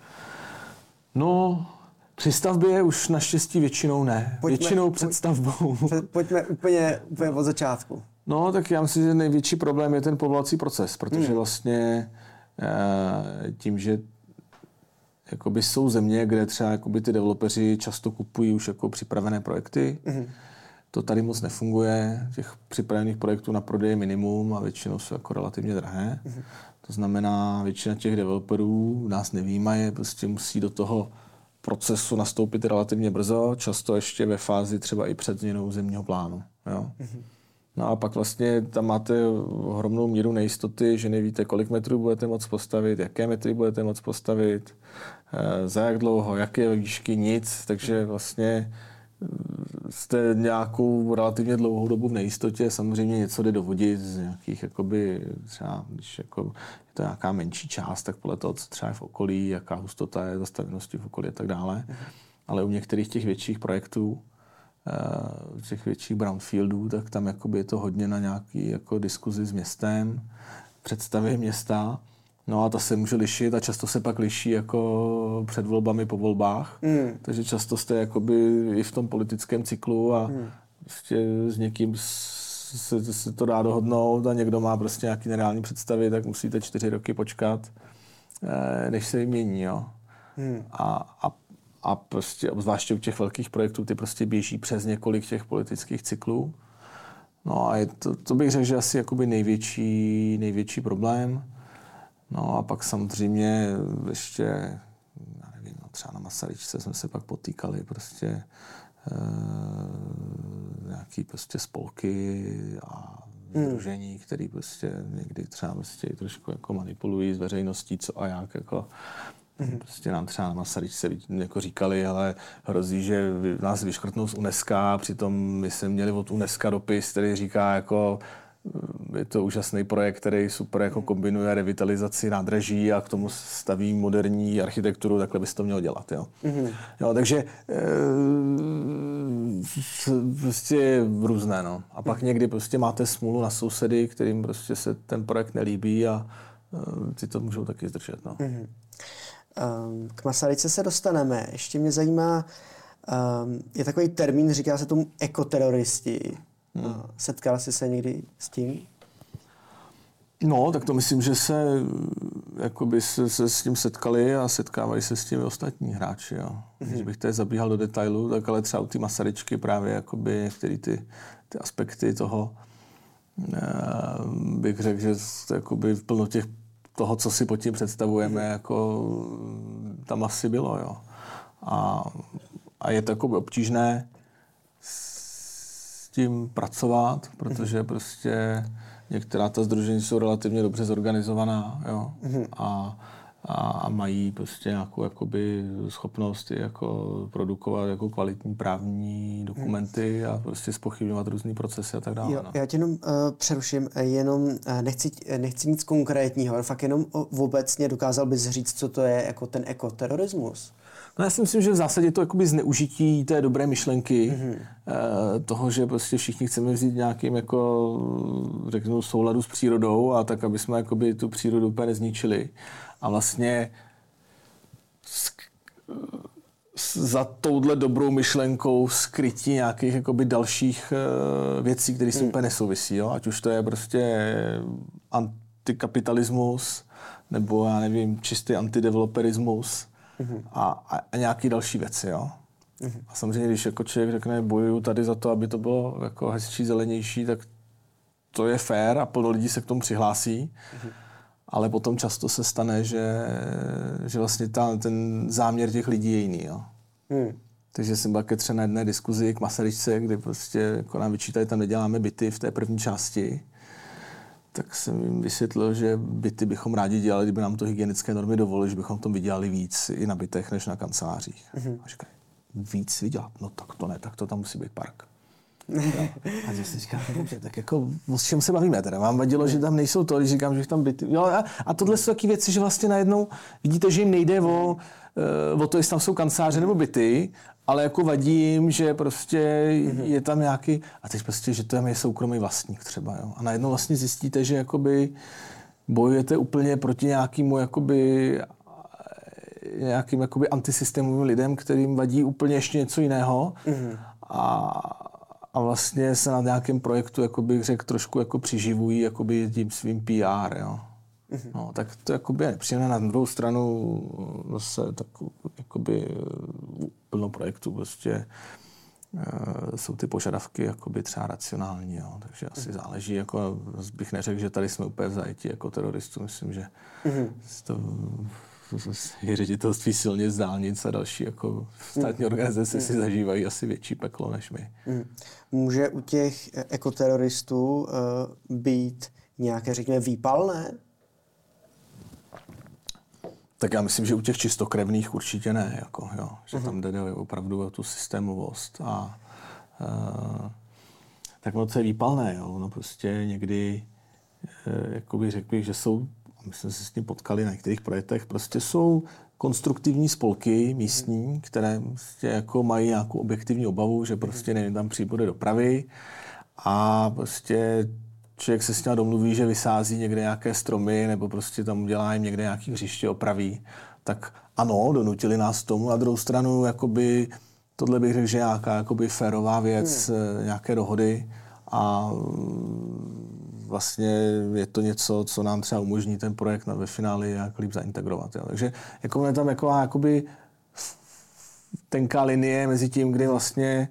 No, při stavbě už naštěstí většinou ne. Pojďme, většinou před stavbou. Pojďme úplně, úplně od začátku. No, tak já myslím, že největší problém je ten povolovací proces, protože hmm. vlastně tím, že jakoby jsou země, kde třeba jakoby ty developeři často kupují už jako připravené projekty, hmm. to tady moc nefunguje. Těch připravených projektů na prodej je minimum a většinou jsou jako relativně drahé. Mm-hmm. To znamená, většina těch developerů nás nevyjímají, prostě musí do toho procesu nastoupit relativně brzo, často ještě ve fázi třeba i před změnou územního plánu. Jo? Mm-hmm. No a pak vlastně tam máte ohromnou míru nejistoty, že nevíte, kolik metrů budete moct postavit, jaké metry budete moct postavit, za jak dlouho, jaké výšky, nic, takže vlastně jste nějakou relativně dlouhou dobu v nejistotě, samozřejmě něco jde dovodit z nějakých, jakoby, třeba, když jako je to nějaká menší část, tak podle toho, co třeba je v okolí, jaká hustota je zastavěnosti v okolí a tak dále. Mhm. Ale u některých těch větších projektů uh, těch větších brownfieldů, tak tam jakoby je to hodně na nějaký jako diskuzi s městem, představy města. No a ta se může lišit a často se pak liší jako před volbami, po volbách. Mm. Takže často jste jakoby i v tom politickém cyklu a mm. prostě s někým se, se to dá dohodnout a někdo má prostě nějaký nereální představy, tak musíte čtyři roky počkat, než se vymění. Jo. Mm. A, a, a prostě zvláště u těch velkých projektů ty prostě běží přes několik těch politických cyklů. No a je to, to bych řekl, že asi jakoby největší, největší problém. No a pak samozřejmě ještě, já nevím, no třeba na Masaryčce jsme se pak potýkali prostě e, nějaký prostě spolky a sdružení, hmm. který prostě někdy třeba prostě trošku jako manipulují s veřejností, co a jak jako hmm. prostě nám třeba na Masaryčce jako říkali, ale hrozí, že nás vyškrtnou z UNESCO, přitom my jsme měli od UNESCO dopis, který říká jako je to úžasný projekt, který super jako kombinuje revitalizaci nádraží a k tomu staví moderní architekturu, takhle bys to měl dělat. Jo. Mm-hmm. Jo, takže e, prostě různé. No. A pak mm-hmm. někdy prostě máte smůlu na sousedy, kterým prostě se ten projekt nelíbí a e, ty to můžou taky zdržet. No. Mm-hmm. Um, k Masaryce se dostaneme. Ještě mě zajímá, um, je takový termín, říká se tomu ekoteroristi. Hmm. Setkal jsi se někdy s tím? No, tak to myslím, že se, jakoby se, se s tím setkali a setkávají se s těmi ostatní hráči. Jo. Hmm. Když bych tady zabíhal do detailu, tak ale třeba u ty Masaryčky právě jakoby některé ty, ty aspekty toho bych řekl, že jakoby plno těch toho, co si pod tím představujeme, hmm. jako tam asi bylo. Jo. A, a je to jako obtížné tím pracovat, protože prostě některá ta sdružení jsou relativně dobře zorganizovaná, jo, mm-hmm. a, a, a mají prostě nějakou jakoby schopnost jako produkovat jako kvalitní právní dokumenty a prostě zpochybňovat různý procesy a tak dále. Jo, no. Já tě jenom uh, přeruším, jenom uh, nechci, nechci nic konkrétního, fakt jenom obecně dokázal bys říct, co to je jako ten ekoterorismus. No já si myslím, že v zásadě to jakoby zneužití té dobré myšlenky, mm-hmm. eh, toho, že prostě všichni chceme vzít nějakým jako, řeknu, souladu s přírodou a tak, aby jsme jakoby tu přírodu úplně nezničili. A vlastně sk- za touhle dobrou myšlenkou skrytí nějakých jakoby dalších eh, věcí, které s mm. úplně nesouvisí. Jo? Ať už to je prostě antikapitalismus, nebo já nevím, čistý antideveloperismus, Uhum. A, a, a nějaký další věci, jo. Uhum. A samozřejmě, když jako člověk řekne, bojuju tady za to, aby to bylo jako hezčí, zelenější, tak to je fér a plno lidí se k tomu přihlásí. Uhum. Ale potom často se stane, že, že vlastně ta, ten záměr těch lidí je jiný, jo. Uhum. Takže jsem byl třeba na jedné diskuzi k Masaryčce, kdy prostě jako nám vyčítali, tam neděláme byty v té první části. Tak jsem jim vysvětlil, že byty bychom rádi dělali, kdyby nám to hygienické normy dovolily, že bychom tom vydělali víc i na bytech, než na kancelářích. Mm-hmm. A říkají, víc vydělat? No tak to ne, tak to tam musí být park. A že si říkám, dobře, tak jako o čem se bavíme teda? Vám vadilo, že tam nejsou to, když říkám, že tam byty. Jo, a, a tohle jsou taky věci, že vlastně najednou vidíte, že jim nejde o, o to, jestli tam jsou kanceláře nebo byty, ale jako vadí jim, že prostě mm-hmm. je tam nějaký, a teď prostě, že to je soukromý vlastník třeba, jo. A najednou vlastně zjistíte, že jakoby bojujete úplně proti nějakému jakoby nějakým jakoby antisystémovým lidem, kterým vadí úplně ještě něco jiného. Mm-hmm. A, a vlastně se na nějakém projektu, jakoby řekl, trošku jako přiživují jakoby tím svým P R, jo. Mm-hmm. No, tak to jakoby je nepříjemné. Na druhou stranu zase tak jakoby plno projektů prostě uh, jsou ty požadavky jakoby třeba racionální, jo. Takže asi mm-hmm. záleží, jako bych neřekl, že tady jsme úplně v zajetí jako teroristů. Myslím, že mm-hmm. to je ředitelství silnic, dálnic a další jako státní mm. organizace mm. si zažívají asi větší peklo než my. Mm. Může u těch ekoteroristů uh, být nějaké, řekněme, výpalné? Tak já myslím, že u těch čistokrevných určitě ne, jako, jo, že mm. tam jde opravdu o tu systémovost a uh, tak moc je výpalné, jo, no prostě někdy uh, jakoby řekl bych, že jsou a my jsme se s tím potkali na některých projektech, prostě jsou konstruktivní spolky místní, které prostě jako mají nějakou objektivní obavu, že prostě nevím, tam přibude dopravy a prostě člověk se s ním domluví, že vysází někde nějaké stromy nebo prostě tam udělá jim někde nějaký hřiště, opraví. Tak ano, donutili nás k tomu. Na druhou stranu, jakoby, tohle bych řekl, že je nějaká jakoby férová věc, hmm. nějaké dohody a vlastně je to něco, co nám třeba umožní ten projekt ve finále jak líp zaintegrovat. Jo. Takže jako je tam taková jakoby tenká linie mezi tím, kdy vlastně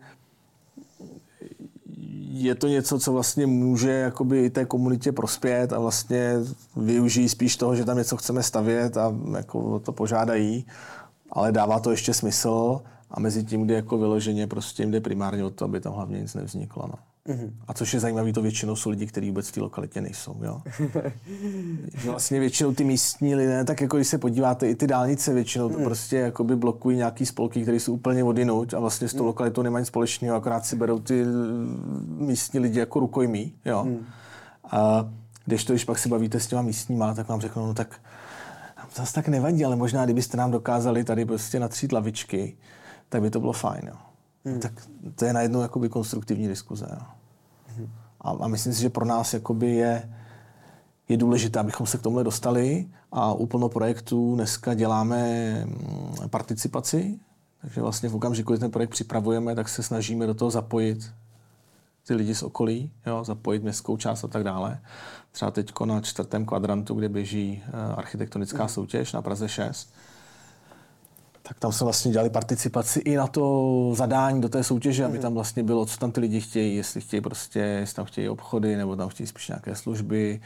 je to něco, co vlastně může jakoby i té komunitě prospět a vlastně využijí spíš toho, že tam něco chceme stavět a jako to požádají, ale dává to ještě smysl a mezi tím, kdy jako vyloženě prostě jim jde primárně o to, aby tam hlavně nic nevzniklo. No. Mm-hmm. A což je zajímavé, to většinou jsou lidi, kteří vůbec v té lokalitě nejsou. Jo? Že vlastně většinou ty místní lidé, tak jako když se podíváte, i ty dálnice většinou to mm. prostě jakoby blokují nějaký spolky, které jsou úplně odjinud a vlastně s tou lokalitou nemají společného, akorát si berou ty místní lidi jako rukojmí. Jo? Mm. A když to, když pak se bavíte s těma místníma, tak vám řeknou, no tak to zase tak nevadí, ale možná, kdybyste nám dokázali tady prostě natřít lavičky, tak by to bylo fajn. Jo? Hmm. Tak to je najednou jakoby konstruktivní diskuze. Jo. Hmm. A, a myslím si, že pro nás jakoby je, je důležité, abychom se k tomuhle dostali a u plno projektů dneska děláme participaci, takže vlastně v okamžiku, kdy ten projekt připravujeme, tak se snažíme do toho zapojit ty lidi z okolí, jo, zapojit městskou část a tak dále. Třeba teďko na čtvrtém kvadrantu, kde běží architektonická hmm. soutěž na Praze šest, tak tam jsme vlastně dělali participaci i na to zadání do té soutěže, aby tam vlastně bylo, co tam ty lidi chtějí, jestli chtějí prostě, jestli tam chtějí obchody, nebo tam chtějí spíš nějaké služby,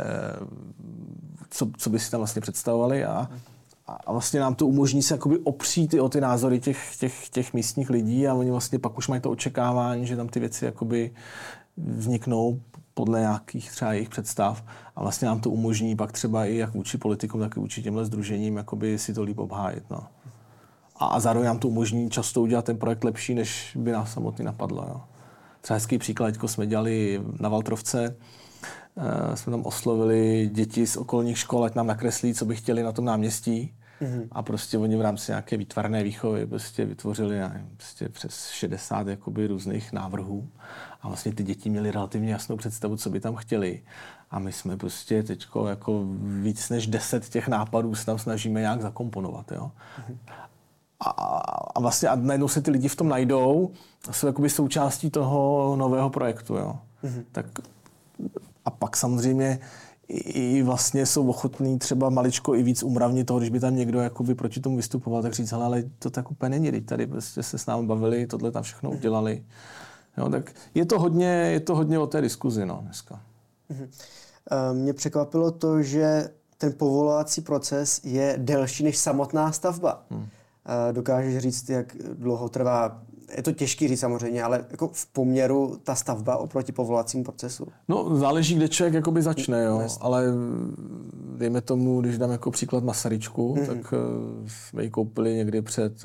co, co by si tam vlastně představovali a, a vlastně nám to umožní se jakoby opřít i o ty názory těch, těch, těch místních lidí a oni vlastně pak už mají to očekávání, že tam ty věci jakoby vzniknou podle nějakých třeba jejich představ a vlastně nám to umožní pak třeba i jak vůči politikům, tak i vůči těmhle sdružením jakoby si to líp obhájit. No. A zároveň nám to umožní často udělat ten projekt lepší, než by nás samotný napadlo. Jo. Třeba hezký příklad, jako jsme dělali na Valtrovce, e, jsme tam oslovili děti z okolních škol, ať nám nakreslí, co by chtěli na tom náměstí. Mm-hmm. A prostě oni v rámci nějaké výtvarné výchovy prostě vytvořili nevím, prostě přes šedesát jakoby různých návrhů. A vlastně ty děti měly relativně jasnou představu, co by tam chtěli. A my jsme prostě teďko jako víc než deset těch nápadů se tam snažíme nějak zakomponovat. Jo. Mm-hmm. A, a vlastně a najednou se ty lidi v tom najdou a jsou jakoby součástí toho nového projektu. Jo. Mm-hmm. Tak, a pak samozřejmě i vlastně jsou ochotní třeba maličko i víc umravnit toho, když by tam někdo jakoby proti tomu vystupoval, tak říct, hele, ale to tak úplně není, teď tady prostě se s námi bavili, tohle tam všechno udělali. Jo, tak je to hodně, je to hodně o té diskuzi, no, dneska. Mm-hmm. Mě překvapilo to, že ten povolovací proces je delší než samotná stavba. Hmm. Dokážeš říct, jak dlouho trvá? Je to těžký říct samozřejmě, ale jako v poměru ta stavba oproti povolovacímu procesu? No, záleží, kde člověk jakoby začne, jo. Ale dejme tomu, když dám jako příklad Masaryčku, mm-hmm. tak jsme ji koupili někdy před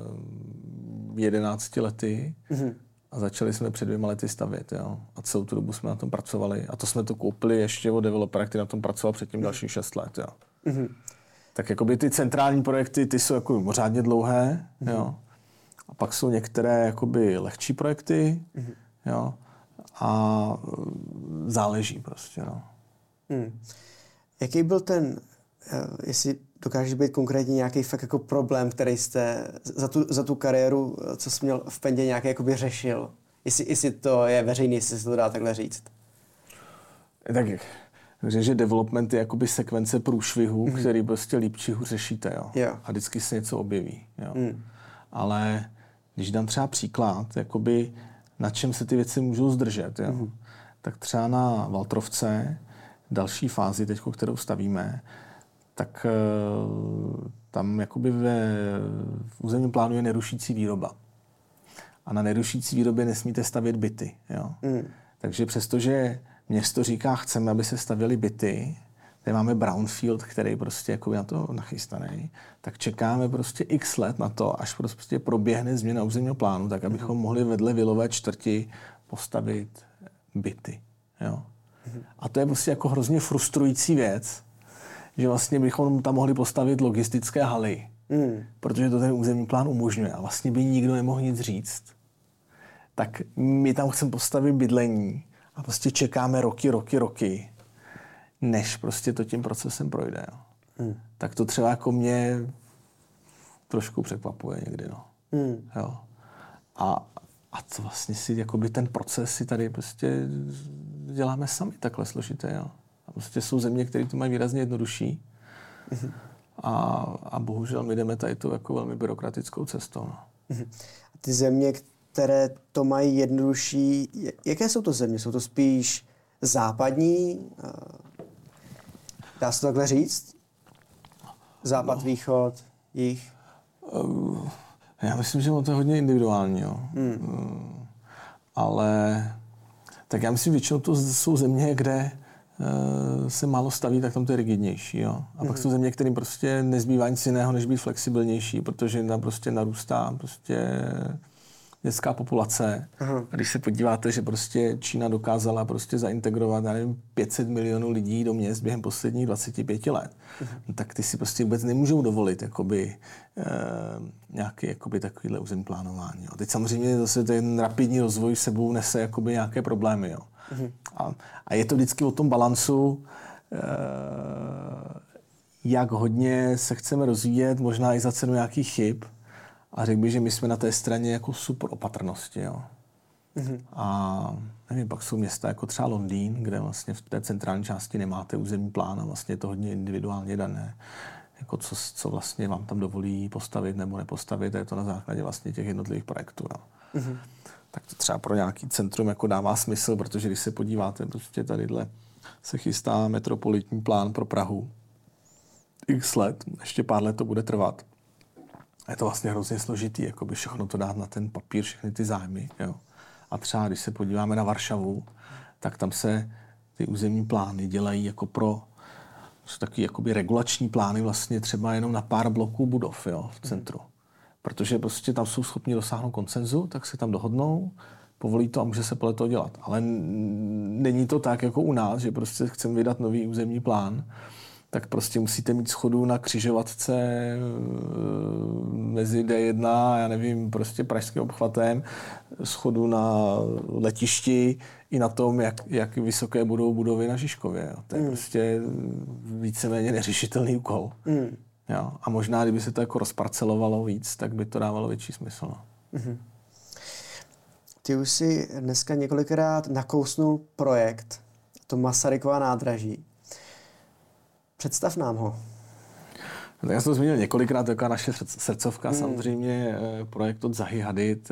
jedenácti lety mm-hmm. a začali jsme před dvěma lety stavět, jo. A celou tu dobu jsme na tom pracovali. A to jsme to koupili ještě od developera, který na tom pracoval předtím dalších šest let, jo. Mm-hmm. Tak jakoby ty centrální projekty, ty jsou jako mimořádně dlouhé, mm-hmm. jo. A pak jsou některé jakoby lehčí projekty, mm-hmm. jo. A záleží prostě, no. Hmm. Jaký byl ten, jestli dokážeš být konkrétně nějaký fakt jako problém, který jste za tu, za tu kariéru, co jsi měl v Pendě, nějaký jakoby řešil? Jestli, jestli to je veřejný, jestli se to dá takhle říct. Tak takže, že development je jakoby sekvence průšvihů, mm-hmm. který prostě líp či hůř řešíte, jo. jo. A vždycky se něco objeví, jo. Mm. Ale když dám třeba příklad, jakoby na čem se ty věci můžou zdržet, jo. Mm. Tak třeba na Valtrovce, další fázi, teďko, kterou stavíme, tak uh, tam jakoby ve v územním plánu je nerušící výroba. A na nerušící výrobě nesmíte stavět byty, jo. Mm. Takže přestože město říká, chceme, aby se stavěly byty, tady máme brownfield, který prostě jako na to nachystaný, tak čekáme prostě x let na to, až prostě proběhne změna územního plánu, tak abychom mohli vedle vilové čtvrti postavit byty. Jo? A to je prostě jako hrozně frustrující věc, že vlastně bychom tam mohli postavit logistické haly, mm. protože to ten územní plán umožňuje a vlastně by nikdo nemohl nic říct. Tak my tam chceme postavit bydlení a prostě čekáme roky, roky, roky, než prostě to tím procesem projde. Jo. Mm. Tak to třeba jako mě trošku překvapuje někdy. No. Mm. Jo. A, a to vlastně si, jakoby ten proces si tady prostě děláme sami takhle složité. Jo. A prostě jsou země, které to mají výrazně jednodušší. Mm. A, a bohužel my jdeme tady tu jako velmi byrokratickou cestou. No. Mm. A ty země, které to mají jednodušší, jaké jsou to země? Jsou to spíš západní? Dá se to takhle říct? Západ, no. Východ, jih? Uh, já myslím, že to je hodně individuální. Jo. Hmm. Uh, ale tak já myslím, že většinou to jsou země, kde uh, se málo staví, tak tam to je rigidnější. Jo. A hmm. pak jsou země, kterým prostě nezbývá nic jiného, než být flexibilnější, protože tam prostě narůstá prostě dětská populace. Aha. A když se podíváte, že prostě Čína dokázala prostě zaintegrovat, já nevím, pět set milionů lidí do měst během posledních dvacet pět let, Aha. tak ty si prostě vůbec nemůžou dovolit jakoby, eh, nějaký jakoby, takovýhle územní plánování. Jo. Teď samozřejmě zase ten rapidní rozvoj sebou nese jakoby nějaké problémy. Jo. A, a je to vždycky o tom balancu, eh, jak hodně se chceme rozvíjet, možná i za cenu nějakých chyb. A řekl bych, že my jsme na té straně jako super opatrnosti. Jo. Mm-hmm. A nevím, pak jsou města jako třeba Londýn, kde vlastně v té centrální části nemáte územní plán a vlastně je to hodně individuálně dané. Jako co, co vlastně vám tam dovolí postavit nebo nepostavit, a je to na základě vlastně těch jednotlivých projektů. Jo. Mm-hmm. Tak to třeba pro nějaký centrum jako dává smysl, protože když se podíváte, prostě tadyhle se chystá metropolitní plán pro Prahu. X let, ještě pár let to bude trvat. Je to vlastně hrozně složitý, jakoby všechno to dát na ten papír, všechny ty zájmy. Jo. A třeba, když se podíváme na Varšavu, tak tam se ty územní plány dělají jako pro takový jakoby regulační plány vlastně třeba jenom na pár bloků budov, jo, v centru. Protože prostě tam jsou schopni dosáhnout konsenzu, tak se tam dohodnou, povolí to a může se podle toho dělat. Ale není to tak jako u nás, že prostě chceme vydat nový územní plán, tak prostě musíte mít schodu na křižovatce mezi D jedna, já nevím, prostě pražským obchvatem, schodu na letišti i na tom, jak, jak vysoké budou budovy na Žižkově. Jo. To je mm. prostě víceméně neřešitelný úkol. Mm. Jo. A možná, kdyby se to jako rozparcelovalo víc, tak by to dávalo větší smysl. No. Mm-hmm. Ty už si dneska několikrát nakousnul projekt, to Masarykova nádraží. Představ nám ho. Tak já jsem to zmínil několikrát, taková naše srdcovka, hmm. samozřejmě projekt od Zahy Hadid,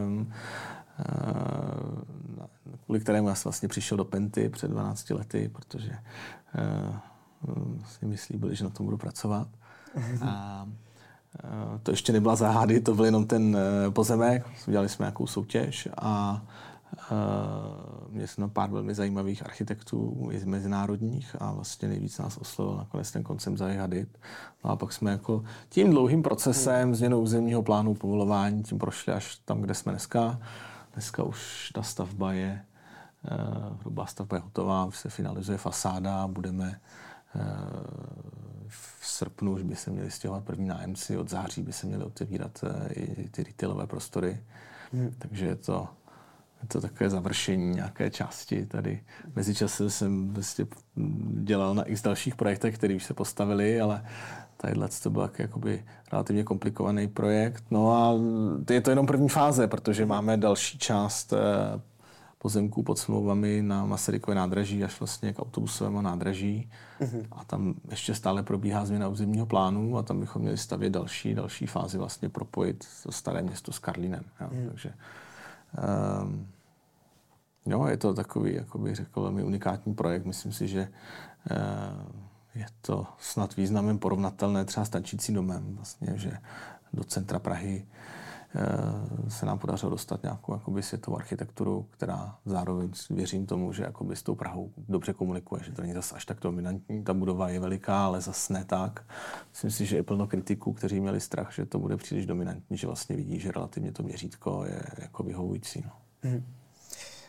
kvůli kterému já jsem vlastně přišel do Penty před dvanácti lety, protože si myslí byli, že na tom budu pracovat. A to ještě nebyla Zaha Hadid, to byl jenom ten pozemek, udělali jsme nějakou soutěž a Uh, měli jsme pár velmi zajímavých architektů i mezinárodních a vlastně nejvíc nás oslovil nakonec ten koncept Zahy Hadid. No a pak jsme jako tím dlouhým procesem změnou územního plánu povolování tím prošli až tam, kde jsme dneska. Dneska už ta stavba je, uh, hrubá stavba je hotová, už se finalizuje fasáda, budeme uh, v srpnu už by se měli stěhovat první nájemci, od září by se měly otevírat uh, i ty retailové prostory. Hmm. Takže je to Je to takové završení nějaké části tady. Mezičasem jsem vlastně dělal na x dalších projektech, které už se postavily, ale tadyhle to byl jakoby relativně komplikovaný projekt. No a je to jenom první fáze, protože máme další část pozemků pod smlouvami na Masarykově nádraží až vlastně k autobusovému nádraží. Mm-hmm. A tam ještě stále probíhá změna územního plánu a tam bychom měli stavět další, další fázi, vlastně propojit to staré město s Karlínem. Jo. Mm. Takže Um, jo, je to takový, jak bych řekl, velmi unikátní projekt. Myslím si, že uh, je to snad významem porovnatelné třeba s Tančícím domem. Vlastně, že do centra Prahy uh, se nám podařilo dostat nějakou jakoby, světovou architekturu, která zároveň věřím tomu, že jakoby, s tou Prahou dobře komunikuje, že to není zase až tak dominantní. Ta budova je veliká, ale zase ne tak. Myslím si, že je plno kritiků, kteří měli strach, že to bude příliš dominantní, že vlastně vidí, že relativně to měřítko je jako vyhovující. No. Hmm.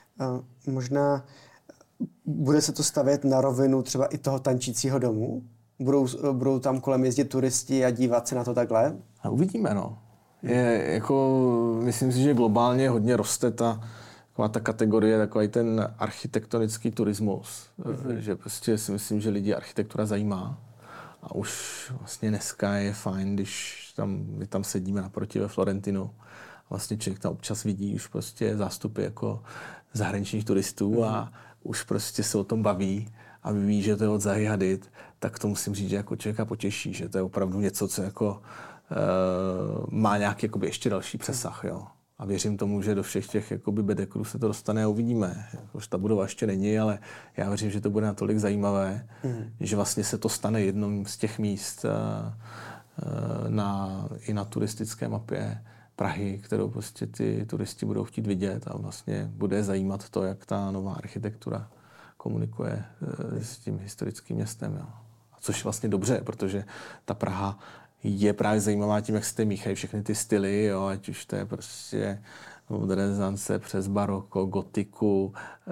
A možná bude se to stavět na rovinu třeba i toho Tančícího domu? Budou, budou tam kolem jezdit turisti a dívat se na to takhle? A uvidíme, no. Je, jako, myslím si, že globálně hodně roste ta, taková ta kategorie, takový ten architektonický turismus. Mm-hmm. Že prostě si myslím, že lidi architektura zajímá. A už vlastně dneska je fajn, když tam, my tam sedíme naproti ve Florentinu. Vlastně člověk tam občas vidí už prostě zástupy jako zahraničních turistů mm-hmm. a už prostě se o tom baví a ví, že to je od Zahy Hadid, tak to musím říct, že jako člověka potěší, že to je opravdu něco, co jako uh, má nějaký jakoby ještě další přesah, jo. A věřím tomu, že do všech těch jakoby bedekrů se to dostane a uvidíme. Jakož ta budova ještě není, ale já věřím, že to bude natolik zajímavé, mm. že vlastně se to stane jedním z těch míst uh, uh, na, i na turistické mapě Prahy, kterou prostě ty turisti budou chtít vidět a vlastně bude zajímat to, jak ta nová architektura komunikuje uh, s tím historickým městem. Jo. A což vlastně dobře, protože ta Praha je právě zajímavá tím, jak se ty míchají všechny ty styly, jo, ať už to je prostě od renesance přes baroko, gotiku, uh,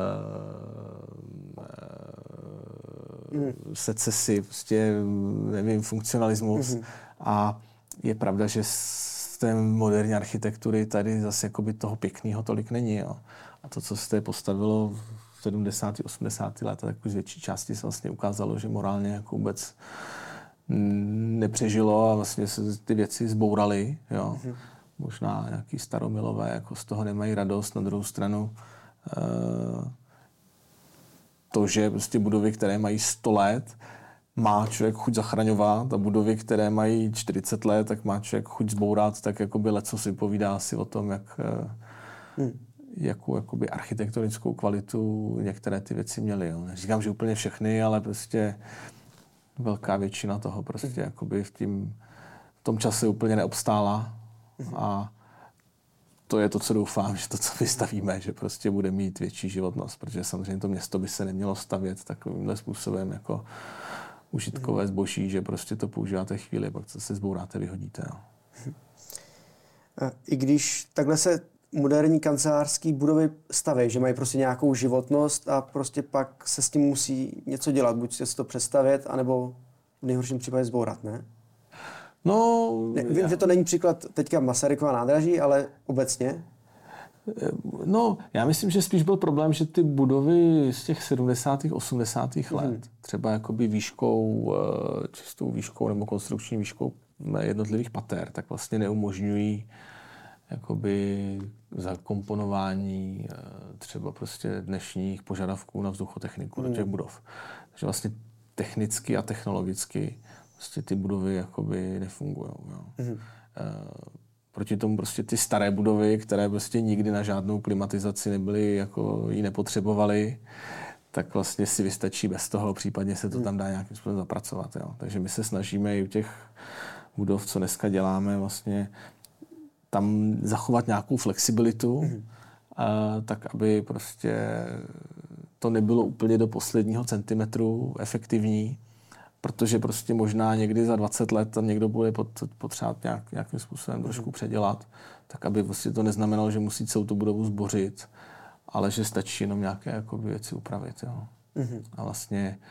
uh, secesi, prostě, nevím, funkcionalismus. Mm-hmm. A je pravda, že z té moderní architektury tady zase jakoby toho pěkného tolik není. Jo. A to, co se tady postavilo v sedmdesátých osmdesátých letech, tak už z větší části se vlastně ukázalo, že morálně jako vůbec nepřežilo a vlastně se ty věci zbouraly. Jo. Mm-hmm. Možná nějaký staromilové jako z toho nemají radost. Na druhou stranu e, to, že prostě budovy, které mají sto let, má člověk chuť zachraňovat a budovy, které mají čtyřicet let, tak má člověk chuť zbourat, tak jakoby leco si povídá si o tom, jak, mm. jakou jakoby architektonickou kvalitu některé ty věci měly. Jo. Neříkám, že úplně všechny, ale prostě velká většina toho prostě jakoby v, tím, v tom čase úplně neobstála a to je to, co doufám, že to, co vystavíme, že prostě bude mít větší životnost, protože samozřejmě to město by se nemělo stavět takovýmhle způsobem jako užitkové zboží, že prostě to používáte chvíli, pak co se zbouráte, vyhodíte. No. I když takhle se moderní kancelářské budovy staví, že mají prostě nějakou životnost a prostě pak se s tím musí něco dělat, buď si to představit, anebo v nejhorším případě zbourat, ne? No... Ne, vím, já... že to není příklad teďka Masarykova nádraží, ale obecně. No, já myslím, že spíš byl problém, že ty budovy z těch sedmdesátých osmdesátých let, mm. třeba jakoby výškou, čistou výškou nebo konstrukční výškou jednotlivých pater, tak vlastně neumožňují jakoby zakomponování třeba prostě dnešních požadavků na vzduchotechniku mm. do těch budov. Takže vlastně technicky a technologicky prostě ty budovy jakoby nefungují. Mm. Proti tomu prostě ty staré budovy, které prostě nikdy na žádnou klimatizaci nebyly, jako ji nepotřebovaly, tak vlastně si vystačí bez toho, případně se to tam dá nějakým způsobem zapracovat. Jo. Takže my se snažíme i u těch budov, co dneska děláme, vlastně tam zachovat nějakou flexibilitu, mm. a, tak aby prostě to nebylo úplně do posledního centimetru efektivní, protože prostě možná někdy za dvacet let tam někdo bude potřebovat nějak, nějakým způsobem trošku předělat, tak aby vlastně to neznamenalo, že musí celou tu budovu zbořit, ale že stačí jenom nějaké jakoby, věci upravit. Jo. Mm-hmm. A vlastně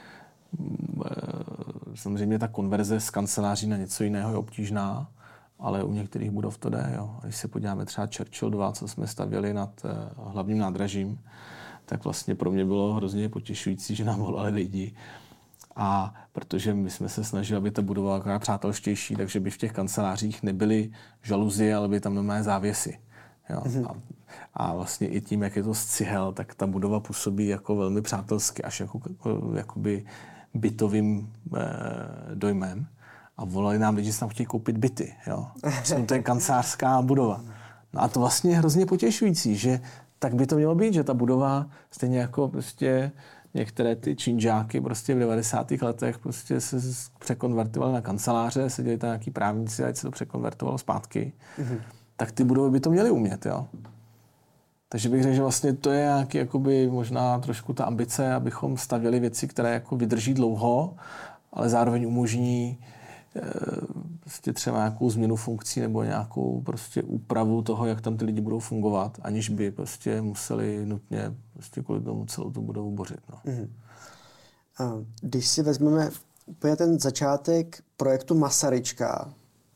samozřejmě ta konverze z kanceláří na něco jiného je obtížná, ale u některých budov to jde. Jo. A když se podíváme třeba Churchill dva, co jsme stavěli nad hlavním nádražím, tak vlastně pro mě bylo hrozně potěšující, že nám volali lidi. A protože my jsme se snažili, aby ta budova byla přátelštější, takže by v těch kancelářích nebyly žaluzie, ale by tam normálně závěsy. Jo? Mm-hmm. A, a vlastně i tím, jak je to z cihel, tak ta budova působí jako velmi přátelsky, až jako, jakoby bytovým eh, dojmem. A volali nám lidi, že se tam chtějí koupit byty. Jo? To je kancelářská budova. No a to vlastně je hrozně potěšující, že tak by to mělo být, že ta budova stejně jako prostě některé ty činžáky prostě v devadesátých letech prostě se překonvertovaly na kanceláře, seděli tam nějaký právníci, ať se to překonvertovalo zpátky. Mm-hmm. Tak ty budovy by to měly umět, jo. Takže bych řekl, že vlastně to je nějaký jakoby možná trošku ta ambice, abychom stavěli věci, které jako vydrží dlouho, ale zároveň umožní e, prostě třeba nějakou změnu funkcí nebo nějakou prostě úpravu toho, jak tam ty lidi budou fungovat, aniž by prostě museli nutně prostě kvůli tomu celou tu budovu bořit. No. Mm. A když si vezmeme úplně ten začátek projektu Masaryčka,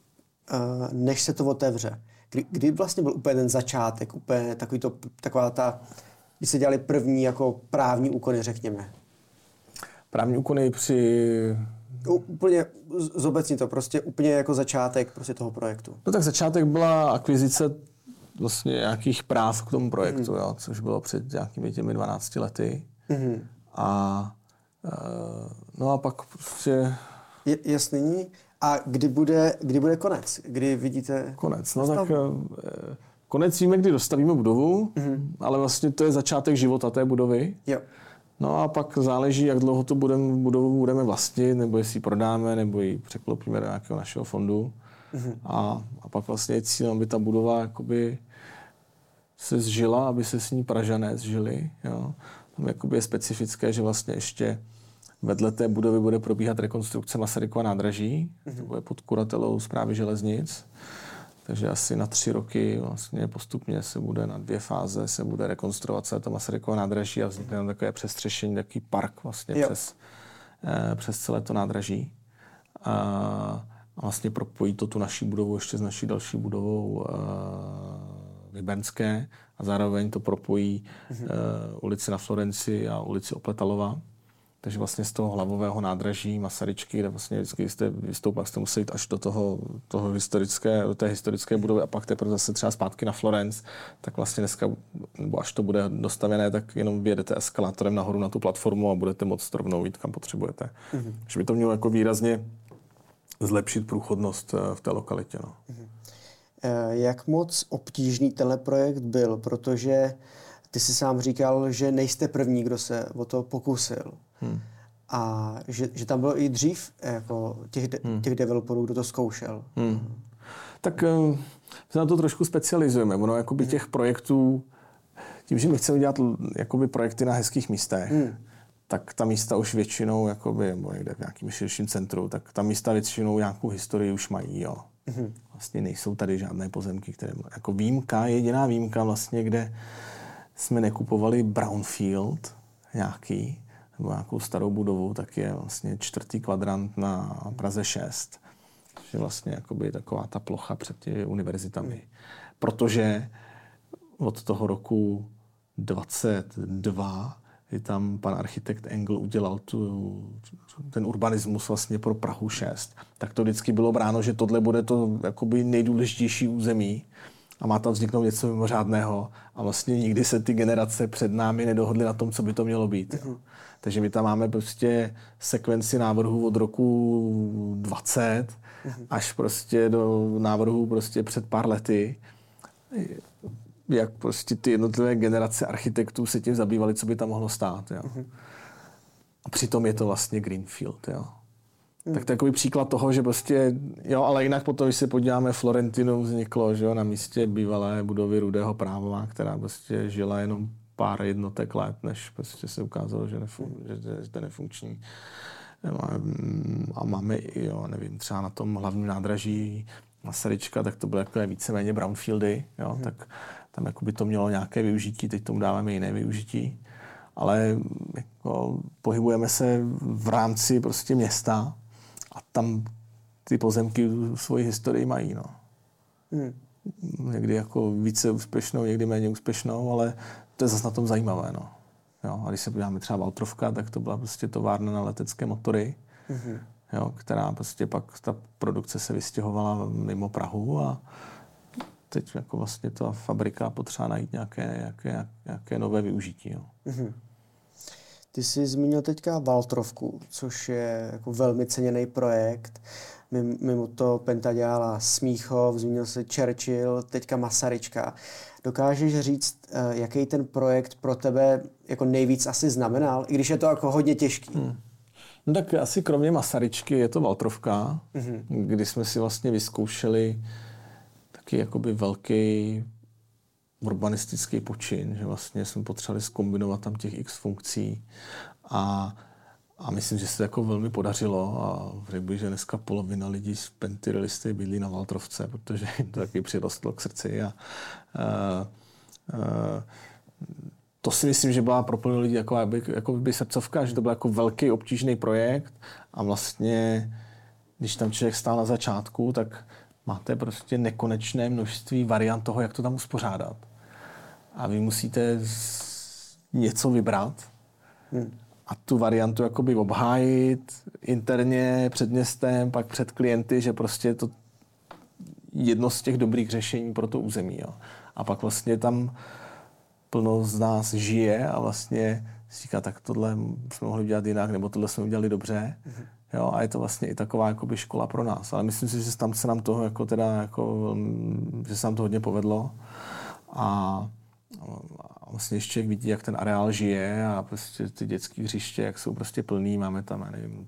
než se to otevře. Kdy, kdy vlastně byl úplně ten začátek, úplně takový to, taková ta, kdy se dělali první jako právní úkony, řekněme. Právní úkony při... Úplně zobecně to, prostě úplně jako začátek prostě toho projektu. No tak začátek byla akvizice vlastně nějakých práv k tomu projektu, mm. jo, což bylo před nějakými těmi dvanácti lety. Mm. A no a pak prostě... Je, jasný. A kdy bude, kdy bude konec? Kdy vidíte... Konec, no tak konec víme, kdy dostavíme budovu, mm-hmm. ale vlastně to je začátek života té budovy. Jo. No a pak záleží, jak dlouho tu budeme, budovu budeme vlastnit, nebo jestli ji prodáme, nebo ji překlopíme do nějakého našeho fondu. Mm-hmm. A, a pak vlastně je cílem, aby ta budova jakoby se zžila, aby se s ní Pražané zžili. Jo. Tam jakoby je specifické, že vlastně ještě vedle té budovy bude probíhat rekonstrukce Masarykova nádraží, mm-hmm. to bude pod kuratelou Správy železnic, takže asi na tři roky vlastně postupně se bude na dvě fáze se bude rekonstruovat celé to Masarykovo nádraží a vznikne tam takové přestřešení, takový park vlastně přes, eh, přes celé to nádraží. A, a vlastně propojí to tu naší budovu ještě s naší další budovou eh, Vybernské a zároveň to propojí mm-hmm. eh, ulici na Florenci a ulici Opletalova. Takže vlastně z toho hlavového nádraží Masaryčky, kde vlastně vždycky jste vystoupili, jste museli jít až do toho, toho historické, do té historické budovy a pak teprve zase třeba zpátky na Florence, tak vlastně dneska, nebo až to bude dostavěné, tak jenom vyjedete eskalátorem nahoru na tu platformu a budete moct rovnou jít, kam potřebujete. Mm-hmm. Takže by to mělo jako výrazně zlepšit průchodnost v té lokalitě. No. Mm-hmm. Jak moc obtížný tenhle projekt byl, protože ty jsi sám říkal, že nejste první, kdo se o to pokusil. Hmm. A že, že tam bylo i dřív jako těch, de, hmm. těch developerů, kdo to zkoušel. Hmm. Tak uh, se na to trošku specializujeme. Ono jakoby hmm. těch projektů, tím, že my chceme dělat jakoby projekty na hezkých místech, hmm. tak ta místa už většinou, jakoby, nebo někde v nějakým širším centru, tak ta místa většinou nějakou historii už mají. Jo. Hmm. Vlastně nejsou tady žádné pozemky, které... Jako výjimka, jediná výjimka vlastně, kde jsme nekupovali brownfield nějaký, nebo nějakou starou budovu, tak je vlastně čtvrtý kvadrant na Praze šest. Je vlastně jakoby taková ta plocha před těmi univerzitami. Protože od toho roku dvacet dva, kdy tam pan architekt Engel udělal tu, ten urbanismus vlastně pro Prahu šest, tak to vždycky bylo bráno, že tohle bude to jakoby nejdůležitější území a má tam vzniknout něco mimořádného a vlastně nikdy se ty generace před námi nedohodly na tom, co by to mělo být. Mm-hmm. Takže my tam máme prostě sekvenci návrhů od roku dvacet mm-hmm. až prostě do návrhů prostě před pár lety, jak prostě ty jednotlivé generace architektů se tím zabývaly, co by tam mohlo stát. Jo. Mm-hmm. A přitom je to vlastně greenfield. Jo. Hmm. Tak to je takový příklad toho, že prostě, jo, ale jinak potom, když se podíváme, Florentinu vzniklo, že jo, na místě bývalé budovy Rudého Práva, která prostě žila jenom pár jednotek let, než prostě se ukázalo, že, nefun, že, že to je nefunkční. A máme, jo, nevím, třeba na tom hlavním nádraží Masaryčka, tak to bylo takové víceméně brownfieldy, jo, hmm. tak tam jako by to mělo nějaké využití, teď tomu dáváme jiné využití. Ale jako, pohybujeme se v rámci prostě města a tam ty pozemky svoji historii mají. No. Hmm. Někdy jako více úspěšnou, někdy méně úspěšnou, ale to je zase na tom zajímavé. No. Jo, a když se podíváme třeba Waltrovka, tak to byla prostě továrna na letecké motory, hmm. jo, která prostě pak ta produkce se vystěhovala mimo Prahu a teď jako vlastně ta fabrika potřeba najít nějaké, nějaké, nějaké nové využití. Jo. Mm-hmm. Ty jsi zmínil teďka Waltrovku, což je jako velmi ceněný projekt. Mimo to Penta dělala Smíchov, zmínil se Churchill, teďka Masaryčka. Dokážeš říct, jaký ten projekt pro tebe jako nejvíc asi znamenal, i když je to jako hodně těžký? Hmm. No tak asi kromě Masaryčky je to Waltrovka, mm-hmm. kdy jsme si vlastně vyzkoušeli taky jakoby velký urbanistický počin, že vlastně jsme potřebovali zkombinovat tam těch x funkcí a, a myslím, že se to jako velmi podařilo a řekl bych, že dneska polovina lidí z Penty realisty bydlí na Waltrovce, protože jim to taky přirostlo k srdci a, a, a to si myslím, že byla pro plno lidí jako, jako by srdcovka, že to byl jako velký obtížný projekt a vlastně, když tam člověk stál na začátku, tak máte prostě nekonečné množství variant toho, jak to tam uspořádat. A vy musíte něco vybrat hmm. a tu variantu jakoby obhájit interně před městem, pak před klienty, že prostě je to jedno z těch dobrých řešení pro to území. Jo. A pak vlastně tam plno z nás žije a vlastně si říká, tak tohle jsme mohli udělat jinak, nebo tohle jsme udělali dobře. Hmm. Jo, a je to vlastně i taková jakoby škola pro nás. Ale myslím si, že tam se nám toho jako teda jako, že se nám to hodně povedlo. A, a vlastně ještě člověk vidí, jak ten areál žije a prostě ty dětské hřiště, jak jsou prostě plný. Máme tam, já nevím,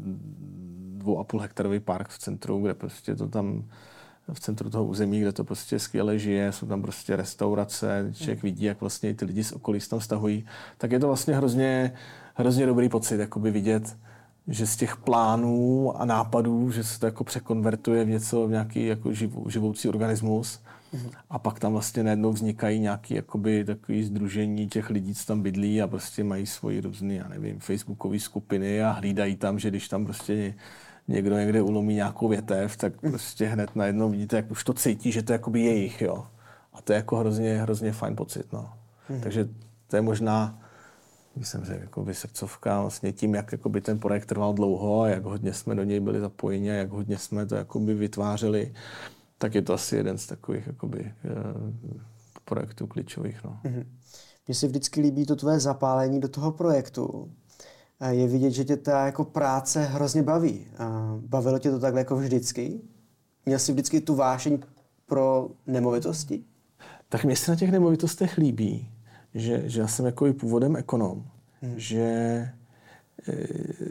dvou a půl hektarový park v centru, kde prostě to tam v centru toho území, kde to prostě skvěle žije, jsou tam prostě restaurace, člověk vidí, jak vlastně ty lidi z okolí se tam stahují. Tak je to vlastně hrozně, hrozně dobrý pocit, jakoby vidět, že z těch plánů a nápadů, že se to jako překonvertuje v něco, v nějaký jako živou, živoucí organismus. Mm-hmm. A pak tam vlastně najednou vznikají nějaký jakoby takový sdružení těch lidí, co tam bydlí a prostě mají svoji různé, já nevím, facebookové skupiny a hlídají tam, že když tam prostě někdo někde ulomí nějakou větev, tak prostě hned najednou vidíte, jak už to cítí, že to je jakoby jejich, jo. A to je jako hrozně, hrozně fajn pocit, no. Mm-hmm. Takže to je možná, když jsem řekl, jakoby srdcovka, vlastně tím, jak jakoby ten projekt trval dlouho, jak hodně jsme do něj byli zapojeni a jak hodně jsme to jakoby vytvářeli, tak je to asi jeden z takových jakoby, projektů klíčových. No. Mm-hmm. Mně se vždycky líbí to tvoje zapálení do toho projektu. Je vidět, že tě ta jako práce hrozně baví. Bavilo tě to takhle jako vždycky? Měl jsi vždycky tu vášeň pro nemovitosti? Tak mě se na těch nemovitostech líbí, že, že já jsem jako i původem ekonom, hmm. že e,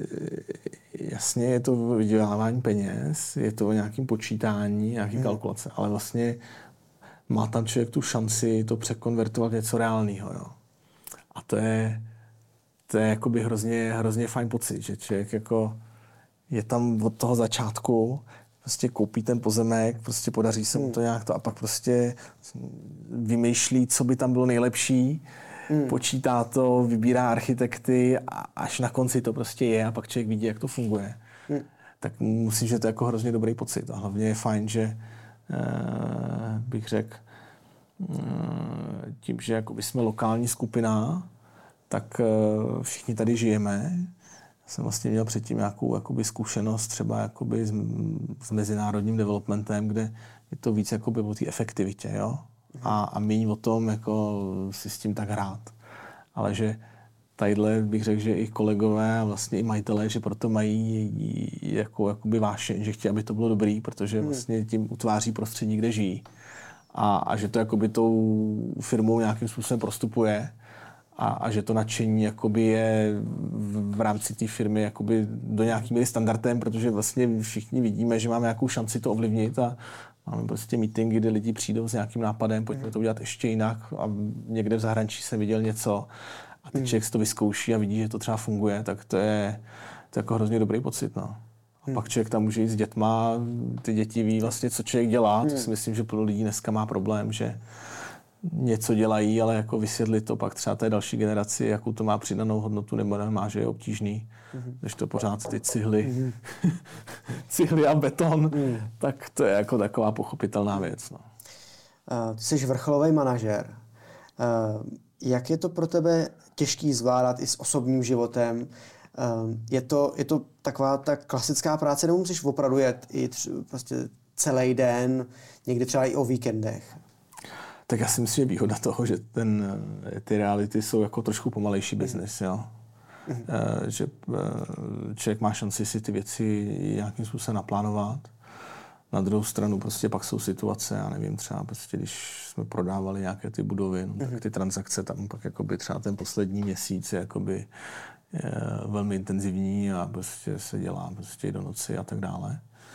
jasně je to vydělávání peněz, je to o nějakým počítání, nějaký hmm. kalkulace, ale vlastně má tam člověk tu šanci to překonvertovat v něco reálného. Jo. A to je, to je jakoby hrozně, hrozně fajn pocit, že člověk jako je tam od toho začátku, prostě koupí ten pozemek, prostě podaří se mu to nějak to a pak prostě vymýšlí, co by tam bylo nejlepší, hmm. počítá to, vybírá architekty a až na konci to prostě je a pak člověk vidí, jak to funguje. Hmm. Tak musím, že to je jako hrozně dobrý pocit a hlavně je fajn, že eh, bych řekl, eh, tím, že jakoby jsme lokální skupina, tak eh, všichni tady žijeme. Jsem vlastně měl předtím nějakou jakoby, zkušenost třeba jakoby, s, s mezinárodním developmentem, kde je to víc jakoby, o té efektivitě, jo? A, a míň o tom jako, si s tím tak hrát. Ale že tadyhle bych řekl, že i kolegové a vlastně i majitelé, že proto mají jako, jakoby vášeň, že chtějí, aby to bylo dobrý, protože vlastně tím utváří prostředí, kde žijí. A, a že to jakoby tou firmou nějakým způsobem prostupuje. A, a že to nadšení jakoby je v, v rámci té firmy jakoby do nějaký míry standardem, protože vlastně všichni vidíme, že máme nějakou šanci to ovlivnit a máme prostě meetingy, kde lidi přijdou s nějakým nápadem, pojďme to udělat ještě jinak a někde v zahraničí jsem viděl něco a teď člověk si to vyzkouší a vidí, že to třeba funguje, tak to je, to je jako hrozně dobrý pocit. No. A pak člověk tam může jít s dětma, ty děti ví vlastně, co člověk dělá, to si myslím, že plno lidí dneska má problém, že něco dělají, ale jako vysvětlit to pak třeba té další generaci, jakou to má přidanou hodnotu nebo nemá, že je obtížný. Mm-hmm. Když to pořád ty cihly, mm-hmm. cihly a beton, mm. tak to je jako taková pochopitelná věc. No. Uh, ty jsi vrcholový manažer. Uh, jak je to pro tebe těžký zvládat i s osobním životem? Uh, je, to, je to taková ta klasická práce, nebo musíš opravdu jet i tři, prostě celý den, někdy třeba i o víkendech? Tak já si myslím, že výhoda toho, že ten, ty reality jsou jako trošku pomalejší biznis, jo. Mm. E, že e, člověk má šanci si ty věci nějakým způsobem naplánovat. Na druhou stranu prostě pak jsou situace, já nevím, třeba prostě, když jsme prodávali nějaké ty budovy, no, tak ty transakce tam pak jakoby třeba ten poslední měsíc je jakoby je velmi intenzivní a prostě se dělá prostě do noci a tak dále.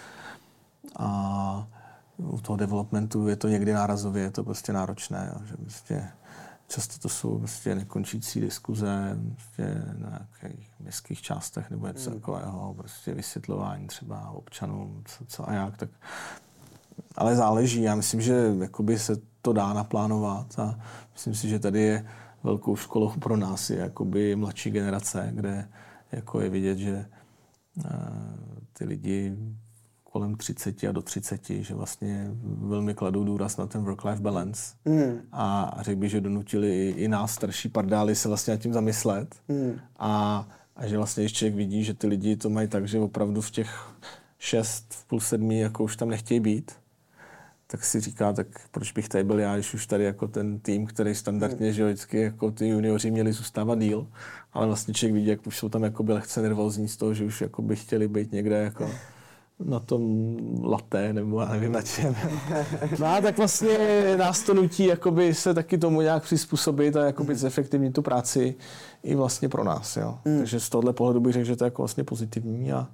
A u toho developmentu je to někdy nárazově, je to prostě náročné, jo, že prostě často to jsou prostě nekončící diskuze prostě na nějakých městských částech nebo něco mm. takového, prostě vysvětlování třeba občanům, co, co a jak, tak ale záleží, já myslím, že jakoby se to dá naplánovat a myslím si, že tady je velkou školou pro nás je jakoby mladší generace, kde jako je vidět, že uh, ty lidi kolem třicet a do třicet, že vlastně velmi kladou důraz na ten work-life balance. Mm. A řekl bych, že donutili i, i nás, starší pardály, se vlastně nad tím zamyslet. Mm. A, a že vlastně ještě člověk vidí, že ty lidi to mají tak, že opravdu v těch šest, v půl sedmi, jako už tam nechtějí být, tak si říká, tak proč bych tady byl já, když už tady jako ten tým, který standardně, mm. že vždycky jako ty junioři měli zůstávat díl, ale vlastně člověk vidí, jak už jsou tam jakoby lehce nervózní z toho, že už jako by chtěli být někde jako na tom latte, nebo já nevím na čem. No a tak vlastně nás to nutí jakoby se taky tomu nějak přizpůsobit a jakoby mm. zefektivnit tu práci i vlastně pro nás. Jo. Mm. Takže z tohohle pohledu bych řekl, že to je jako vlastně pozitivní a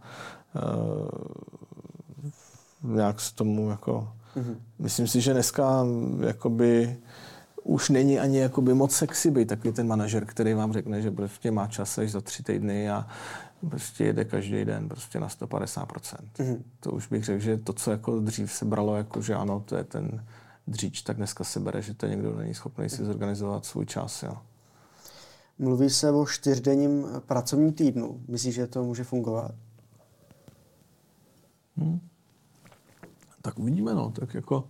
uh, nějak s tomu jako mm. myslím si, že dneska jakoby už není ani jakoby moc sexy být takový ten manažer, který vám řekne, že prostě má čas až za tři týdny a prostě jede každý den prostě na sto padesát procent. Mm-hmm. To už bych řekl, že to, co jako dřív se bralo, jako že ano, to je ten dříč, tak dneska se bere, že to někdo není schopný si zorganizovat svůj čas. Jo. Mluví se o čtyřdenním pracovním týdnu. Myslíš, že to může fungovat? Hmm. Tak uvidíme, no. Tak jako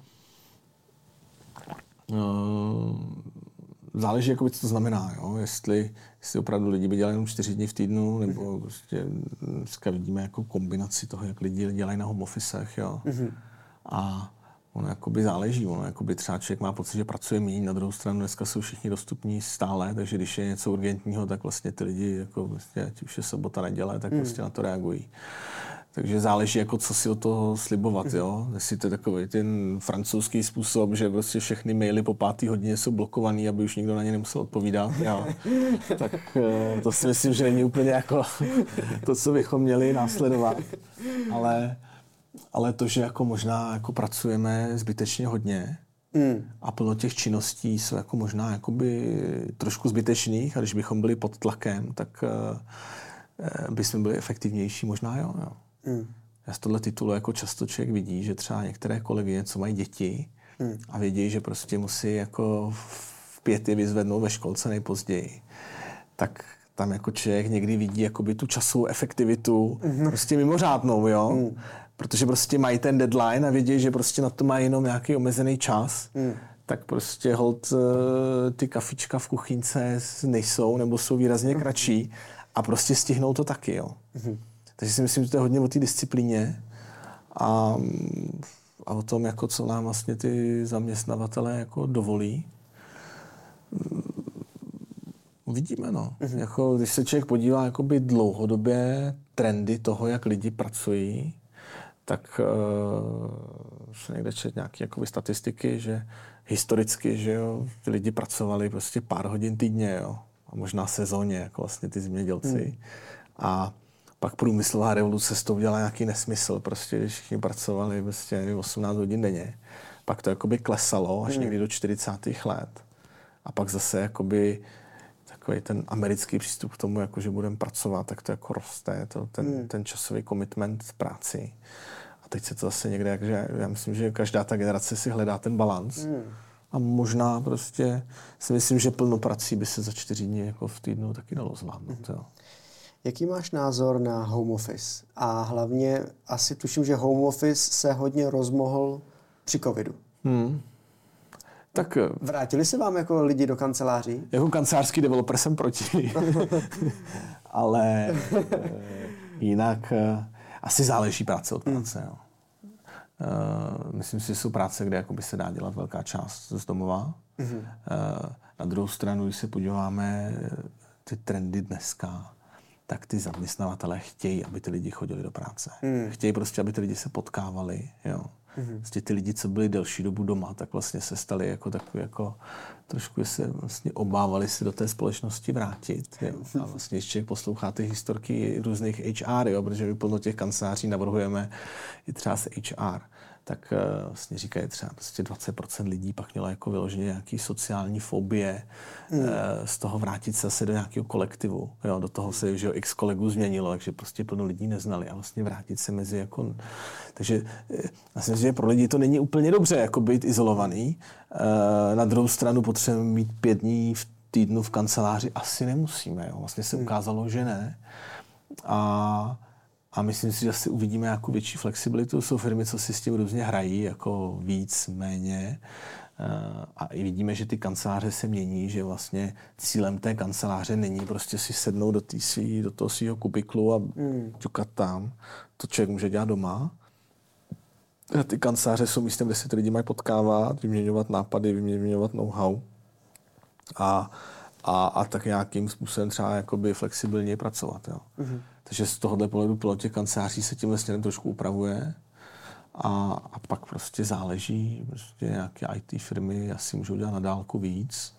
uh, záleží, jakoby, co to znamená, jo? Jestli, jestli opravdu lidi by dělali jenom čtyři dny v týdnu, nebo prostě dneska vidíme jako kombinaci toho, jak lidi dělají na home officech, jo. Mm-hmm. A ono jakoby záleží, ono jakoby třeba člověk má pocit, že pracuje méně, na druhou stranu dneska jsou všichni dostupní stále, takže když je něco urgentního, tak vlastně ty lidi, jako vlastně, ať už je sobota, neděle, tak mm. prostě na to reagují. Takže záleží, jako co si od toho slibovat, jo. Jestli to je takový ten francouzský způsob, že prostě všechny maily po páté hodině jsou blokovaný, aby už nikdo na ně nemusel odpovídat, jo. Tak to si myslím, že není úplně jako to, co bychom měli následovat. Ale, ale to, že jako možná jako pracujeme zbytečně hodně mm. a plno těch činností jsou jako možná jakoby trošku zbytečných a když bychom byli pod tlakem, tak bychom byli efektivnější, možná jo, jo. Mm. Já z tohle titulu jako často člověk vidí, že třeba některé kolegyně, co mají děti mm. a vědí, že prostě musí jako v pět je vyzvednout ve školce nejpozději, tak tam jako člověk někdy vidí jakoby tu časovou efektivitu mm. prostě mimořádnou, jo. Mm. Protože prostě mají ten deadline a vědí, že prostě na to mají jenom nějaký omezený čas, mm. tak prostě hold ty kafička v kuchyňce nejsou nebo jsou výrazně kratší a prostě stihnou to taky, jo. Mm. Takže si myslím, že to je hodně o té disciplíně a, a o tom, jako co nám vlastně ty zaměstnavatelé jako dovolí. Uvidíme, no. Mm-hmm. Jako, když se člověk podívá jakoby dlouhodobě trendy toho, jak lidi pracují, tak uh, se někde čet nějaké jakoby statistiky, že historicky, že jo, ty lidi pracovali prostě pár hodin týdně, jo. A možná sezóně, jako vlastně ty zemědělci. Mm. A pak průmyslová revoluce s tou udělala nějaký nesmysl, prostě, když všichni pracovali prostě osmnáct hodin denně. Pak to jakoby klesalo až mm. někdy do čtyřicátých let. A pak zase jakoby takový ten americký přístup k tomu, jako, že budeme pracovat, tak to jako roste, to, ten, mm. ten časový commitment v práci. A teď se to zase někde, jakže já myslím, že každá ta generace si hledá ten balans. Mm. A možná prostě si myslím, že plno prací by se za čtyři dny jako v týdnu taky dalo zvládnout. Mm. Jaký máš názor na home office? A hlavně asi tuším, že home office se hodně rozmohl při covidu. Hmm. Tak vrátili se vám jako lidi do kanceláří? Jako kancelářský developer jsem proti. Ale jinak asi záleží práce od práce. Hmm. Jo. Myslím si, že jsou práce, kde by se dá dělat velká část z domova. Hmm. Na druhou stranu, když se podíváme ty trendy dneska, tak ty zaměstnavatelé chtějí, aby ty lidi chodili do práce. Hmm. Chtějí prostě, aby ty lidi se potkávali, jo. Mm-hmm. Vlastně ty lidi, co byli delší dobu doma, tak vlastně se stali jako takový, jako trošku se vlastně obávali se do té společnosti vrátit. Jo. A vlastně ještě poslouchá ty historky různých H R, jo, protože my plno těch kanceláří navrhujeme i třeba z H R. Tak uh, vlastně říkají třeba prostě dvacet procent lidí pak mělo jako vyloženě nějaký sociální fobie mm. uh, z toho vrátit se zase do nějakého kolektivu. Jo, do toho se, že jo, x kolegů změnilo, takže prostě plno lidí neznali a vlastně vrátit se mezi jako... Takže uh, myslím, že pro lidi to není úplně dobře jako být izolovaný. Uh, na druhou stranu potřebujeme mít pět dní v týdnu v kanceláři asi nemusíme. Jo. Vlastně se ukázalo, že ne. A, a myslím si, že asi uvidíme nějakou větší flexibilitu. Jsou firmy, co si s tím různě hrají, jako víc, méně. A i vidíme, že ty kanceláře se mění, že vlastně cílem té kanceláře není prostě si sednout do, tý svý, do toho svého kubiklu a mm. ťukat tam. To člověk může dělat doma. A ty kanceláře jsou místem, kde se ty lidi mají potkávat, vyměňovat nápady, vyměňovat know-how a, a, a tak nějakým způsobem třeba jakoby flexibilně pracovat. Jo. Mm-hmm. Takže z tohohle pohledu pilot těch kanceláří se tímhle směrem trošku upravuje. A, a pak prostě záleží, prostě nějaké í té firmy asi můžou dělat na dálku víc.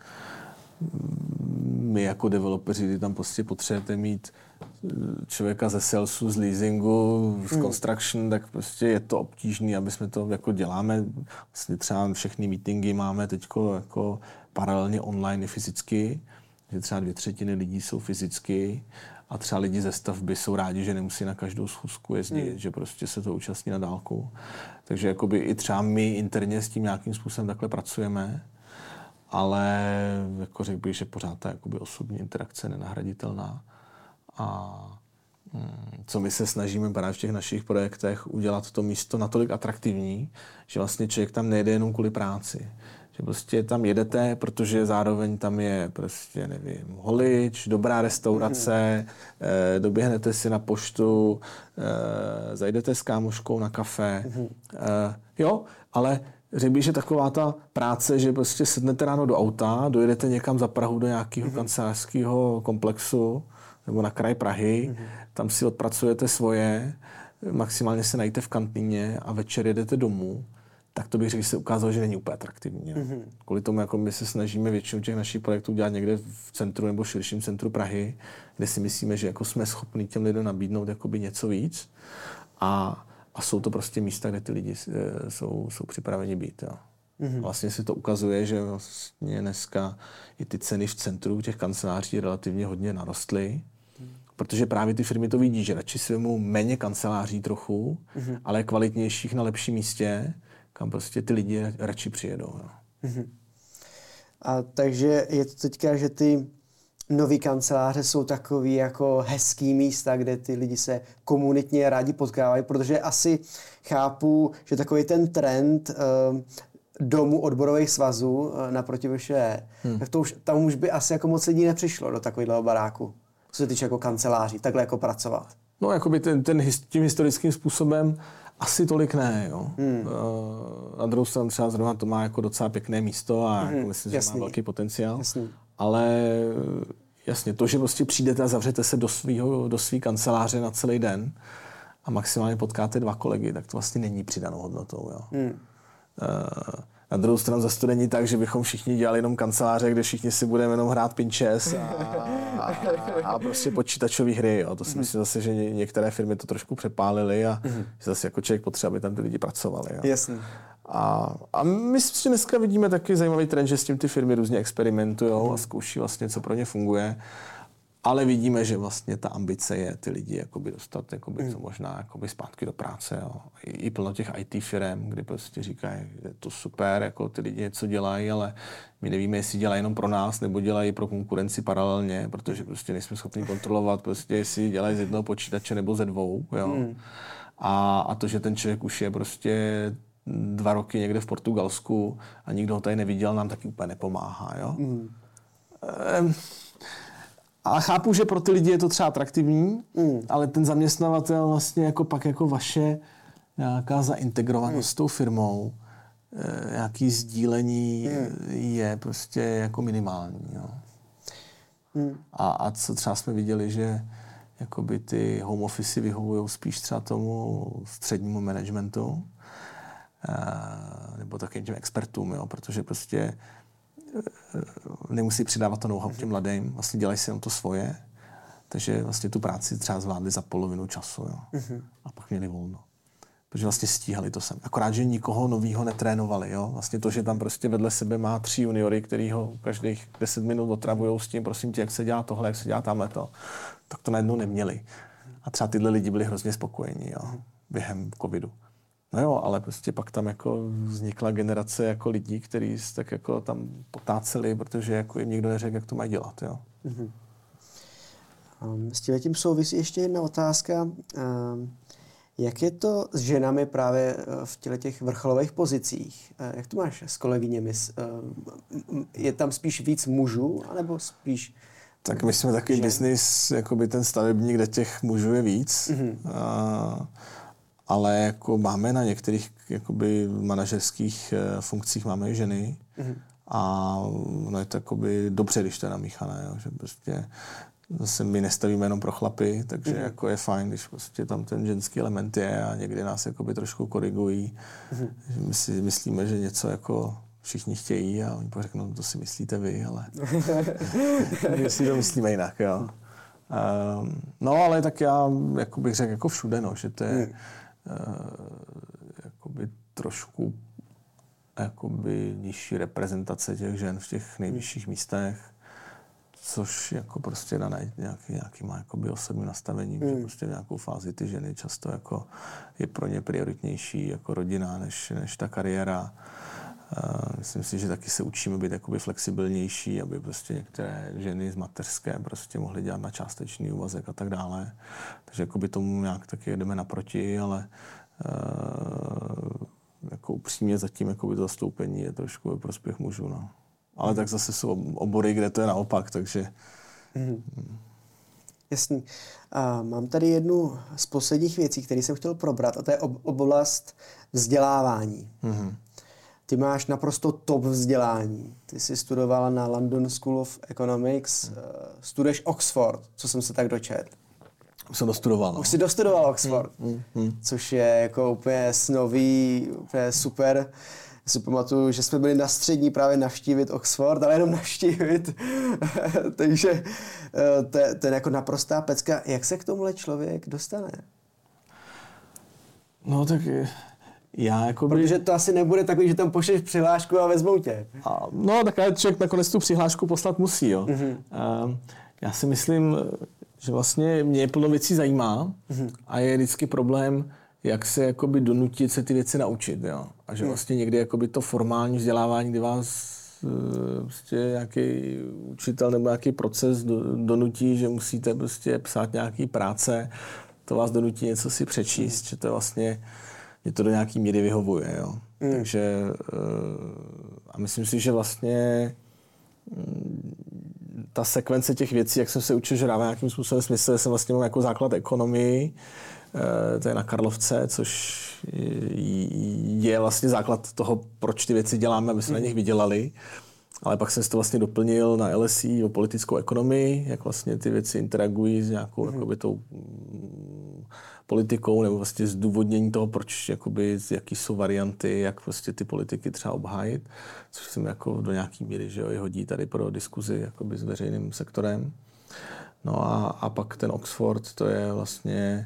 My jako developeři, kdy tam prostě potřebujete mít člověka ze salesu, z leasingu, z construction, hmm. tak prostě je to obtížné, aby jsme to jako děláme. Vlastně třeba všechny meetingy máme teďko jako paralelně online i fyzicky, že třeba dvě třetiny lidí jsou fyzicky. A třeba lidi ze stavby jsou rádi, že nemusí na každou schůzku jezdit, hmm. že prostě se to účastní na dálku. Takže jakoby i třeba my interně s tím nějakým způsobem takhle pracujeme, ale jako řekl bych, že pořád ta jakoby osobní interakce je nenahraditelná. A hmm, co my se snažíme právě v těch našich projektech udělat to místo natolik atraktivní, že vlastně člověk tam nejde jenom kvůli práci. Že prostě tam jedete, protože zároveň tam je prostě, nevím, holič, dobrá restaurace, mm. eh, doběhnete si na poštu, eh, zajdete s kámoškou na kafe. Mm. Eh, jo, ale řekl bych, že taková ta práce, že prostě sednete ráno do auta, dojedete někam za Prahu do nějakého mm. kancelářského komplexu nebo na kraj Prahy, mm. tam si odpracujete svoje, maximálně se najdete v kantýně a večer jedete domů. Tak to bych řekl, že se ukázalo, že není úplně atraktivní. Mm-hmm. Kvůli tomu, jako my se snažíme většinu těch našich projektů dělat někde v centru nebo širším centru Prahy, kde si myslíme, že jako jsme schopni těm lidem nabídnout jakoby něco víc. A, a jsou to prostě místa, kde ty lidi e, jsou, jsou připraveni být. Jo. Mm-hmm. Vlastně se to ukazuje, že vlastně dneska i ty ceny v centru těch kanceláří relativně hodně narostly. Mm. Protože právě ty firmy to vidí, že radši si vemou méně kanceláří trochu, mm-hmm. ale kvalitnějších na lepším místě, kam prostě ty lidi radši přijedou. No. Mm-hmm. A takže je to teďka, že ty nový kanceláře jsou takový jako hezký místa, kde ty lidi se komunitně rádi potkávají, protože asi chápu, že takový ten trend uh, domu odborových svazů uh, naproti V Š E, hmm. tak to už, tam už by asi jako moc lidí nepřišlo do takového baráku, co se týče jako kanceláří, takhle jako pracovat. No, jakoby ten, ten, tím historickým způsobem asi tolik ne, jo. Hmm. Uh, na druhou stranu třeba zrovna to má jako docela pěkné místo a hmm. jako myslím, že jasný. Má velký potenciál. Jasný. Ale jasně, to, že prostě přijdete a zavřete se do svýho, do svý kanceláře na celý den a maximálně potkáte dva kolegy, tak to vlastně není přidanou hodnotou, jo. Hmm. Uh, na druhou stranu zase to není tak, že bychom všichni dělali jenom kanceláře, kde všichni si budeme jenom hrát pinčes a, a, a prostě počítačové hry. Jo. To si myslím zase, že některé firmy to trošku přepálily a mm. že zase jako člověk potřeba, aby tam ty lidi pracovali. Jo. Jasně. A, a my si dneska vidíme taky zajímavý trend, že s tím ty firmy různě experimentují a zkouší vlastně, co pro ně funguje. Ale vidíme, že vlastně ta ambice je ty lidi jakoby dostat jakoby, co možná jakoby zpátky do práce. Jo. I, I plno těch í té firem, kdy prostě říkají, že je to super, jako ty lidi něco dělají, ale my nevíme, jestli dělají jenom pro nás, nebo dělají pro konkurenci paralelně, protože prostě nejsme schopni kontrolovat, prostě jestli dělají z jednoho počítače nebo ze dvou. Jo. Hmm. A, a to, že ten člověk už je prostě dva roky někde v Portugalsku a nikdo ho tady neviděl, nám taky úplně nepomáhá. Jo. Hmm. Ehm, A chápu, že pro ty lidi je to třeba atraktivní, mm. ale ten zaměstnavatel vlastně jako pak jako vaše nějaká zaintegrovanost mm. s tou firmou, nějaký sdílení mm. je prostě jako minimální. Jo. Mm. A, a co třeba jsme viděli, že jakoby ty home office vyhovují spíš třeba tomu střednímu managementu nebo takovým těm expertům, jo, protože prostě nemusí přidávat to know-how těm mladým, vlastně dělají si jenom to svoje, takže vlastně tu práci třeba zvládli za polovinu času, jo. Uh-huh. A pak měli volno. Protože vlastně stíhali to sami. Akorát, že nikoho novýho netrénovali, jo. Vlastně to, že tam prostě vedle sebe má tři juniory, který ho každých deset minut otravujou s tím, prosím tě, jak se dělá tohle, jak se dělá tamhleto, tak to najednou neměli. A třeba tyhle lidi byli hrozně spokojení, jo, během covidu. No jo, ale prostě pak tam jako vznikla generace jako lidí, kteří tak jako tam potáceli, protože jako jim nikdo neřekl, jak to mají dělat, jo. Mm-hmm. Um, s tím souvisí ještě jedna otázka. Um, jak je to s ženami právě v těle těch vrcholových pozicích? Uh, jak to máš s kolegyněmi? Uh, je tam spíš víc mužů, anebo spíš... Tak my jsme takový biznis, jakoby ten stavebník, kde těch mužů je víc. Mm-hmm. A, ale jako máme na některých jakoby manažerských funkcích máme i ženy. Mm-hmm. A no je to jakoby dobře, když to je namíchané, jo, že prostě zase my nestavíme jenom pro chlapy, takže mm-hmm. jako je fajn, když prostě tam ten ženský element je a někdy nás jakoby trošku korigují. Mm-hmm. My si myslíme, že něco jako všichni chtějí a oni řeknou, to si myslíte vy, ale my si to myslíme jinak, jo. Um, no ale tak já jako bych řekl jako všude, no, že to je mm. uh, jakoby trošku jakoby nižší reprezentace těch žen v těch nejvyšších místech, což jako prostě dané nějaký, nějakýma jakoby osobním nastavením, mm. že prostě v nějakou fázi ty ženy často jako je pro ně prioritnější jako rodina, než, než ta kariéra. Uh, myslím si, že taky se učíme být jakoby flexibilnější, aby prostě některé ženy z mateřské prostě mohly dělat na částečný úvazek a tak dále. Takže jakoby tomu nějak taky jdeme naproti, ale uh, jako upřímně zatím jakoby to zastoupení je trošku ve prospěch mužů. No. Ale hmm. tak zase jsou obory, kde to je naopak, takže... Hmm. Jasný. A mám tady jednu z posledních věcí, které jsem chtěl probrat, a to je ob- oblast vzdělávání. Hmm. Ty máš naprosto top vzdělání. Ty jsi studovala na London School of Economics, hmm. studuješ Oxford, co jsem se tak dočetl. Už jsem dostudoval. No. Už jsi dostudoval Oxford, hmm. Hmm. což je jako úplně snový, úplně super. Já si pamatuju, že jsme byli na střední právě navštívit Oxford, ale jenom navštívit. Takže to je, to je jako naprostá pecka. Jak se k tomuhle člověk dostane? No tak... Já jako by... Protože to asi nebude takový, že tam pošleš přihlášku a vezmou tě. A, no, tak ale člověk nakonec tu přihlášku poslat musí, jo. Mm-hmm. A, já si myslím, že vlastně mě plno věcí zajímá mm-hmm. a je vždycky problém, jak se jakoby donutit se ty věci naučit, jo. A že mm. vlastně někdy jakoby to formální vzdělávání, kdy vás prostě nějaký učitel nebo nějaký proces donutí, že musíte prostě psát nějaký práce, to vás donutí něco si přečíst, mm. že to je vlastně mě to do nějaký míry vyhovuje, jo. Mm. Takže a myslím si, že vlastně ta sekvence těch věcí, jak jsem se učil, že dává nějakým způsobem smysl, jsem vlastně mám jako základ ekonomii, to je na Karlovce, což je vlastně základ toho, proč ty věci děláme, aby jsme mm. na nich vydělali. Ale pak jsem si to vlastně doplnil na L S E o politickou ekonomii, jak vlastně ty věci interagují s nějakou mm. jakoby tou politikou, nebo vlastně zdůvodnění toho, proč, jakoby, jaký jsou varianty, jak prostě ty politiky třeba obhájit, což se mi jako do nějaký míry, že jo, i hodí tady pro diskuzi jakoby s veřejným sektorem. No a, a pak ten Oxford, to je vlastně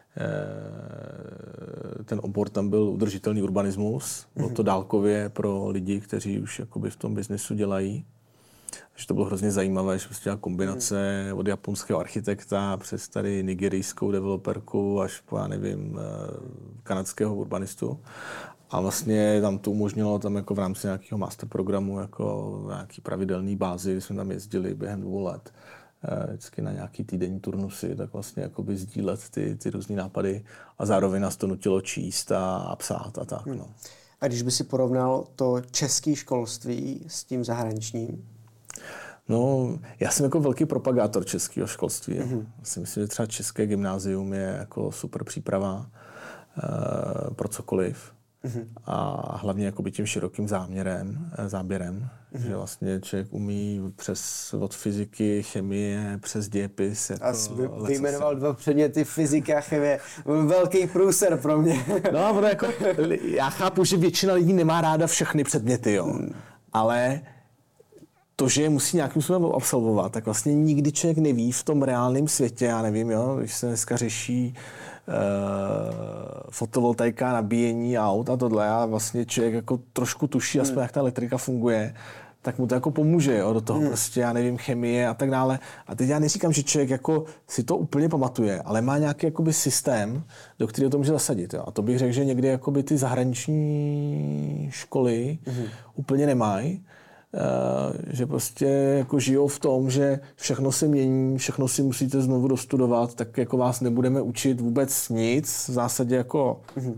eh, ten obor tam byl udržitelný urbanismus. Bylo to dálkově pro lidi, kteří už jakoby v tom biznesu dělají. Takže to bylo hrozně zajímavé, že prostě kombinace od japonského architekta přes tady nigerijskou developerku až po, já nevím, kanadského urbanistu. A vlastně tam to umožnilo tam jako v rámci nějakého master programu jako nějaký pravidelný bázi, kdy jsme tam jezdili během dvou let vždycky na nějaký týdenní turnusy, tak vlastně jakoby sdílet ty, ty různý nápady a zároveň nás to nutilo číst a, a psát a tak. No. A když by si porovnal to české školství s tím zahraničním? No, já jsem jako velký propagátor českého školství. Mm-hmm. Já si myslím, že třeba české gymnázium je jako super příprava uh, pro cokoliv. Mm-hmm. A hlavně jakoby tím širokým záměrem, záběrem, mm-hmm. že vlastně člověk umí přes od fyziky, chemie, přes dějepis. Jako Asi by vyjmenoval dva předměty, fyzika a chemie. Velký průser pro mě. No, protože jako, já chápu, že většina lidí nemá ráda všechny předměty, jo. Mm. Ale to, že je musí nějakým způsobem absolvovat, tak vlastně nikdy člověk neví v tom reálném světě, já nevím, jo, když se dneska řeší uh, fotovoltaika, nabíjení aut a tohle a vlastně člověk jako trošku tuší, aspoň jak ta elektrika funguje, tak mu to jako pomůže, jo, do toho hmm. prostě, já nevím, chemie a tak dále. A teď já neříkám, že člověk jako si to úplně pamatuje, ale má nějaký jakoby systém, do kterého to může zasadit. Jo. A to bych řekl, že někdy jakoby ty zahraniční školy hmm. úplně nemají. Že prostě jako žijou v tom, že všechno se mění, všechno si musíte znovu dostudovat, tak jako vás nebudeme učit vůbec nic, v zásadě jako mm-hmm.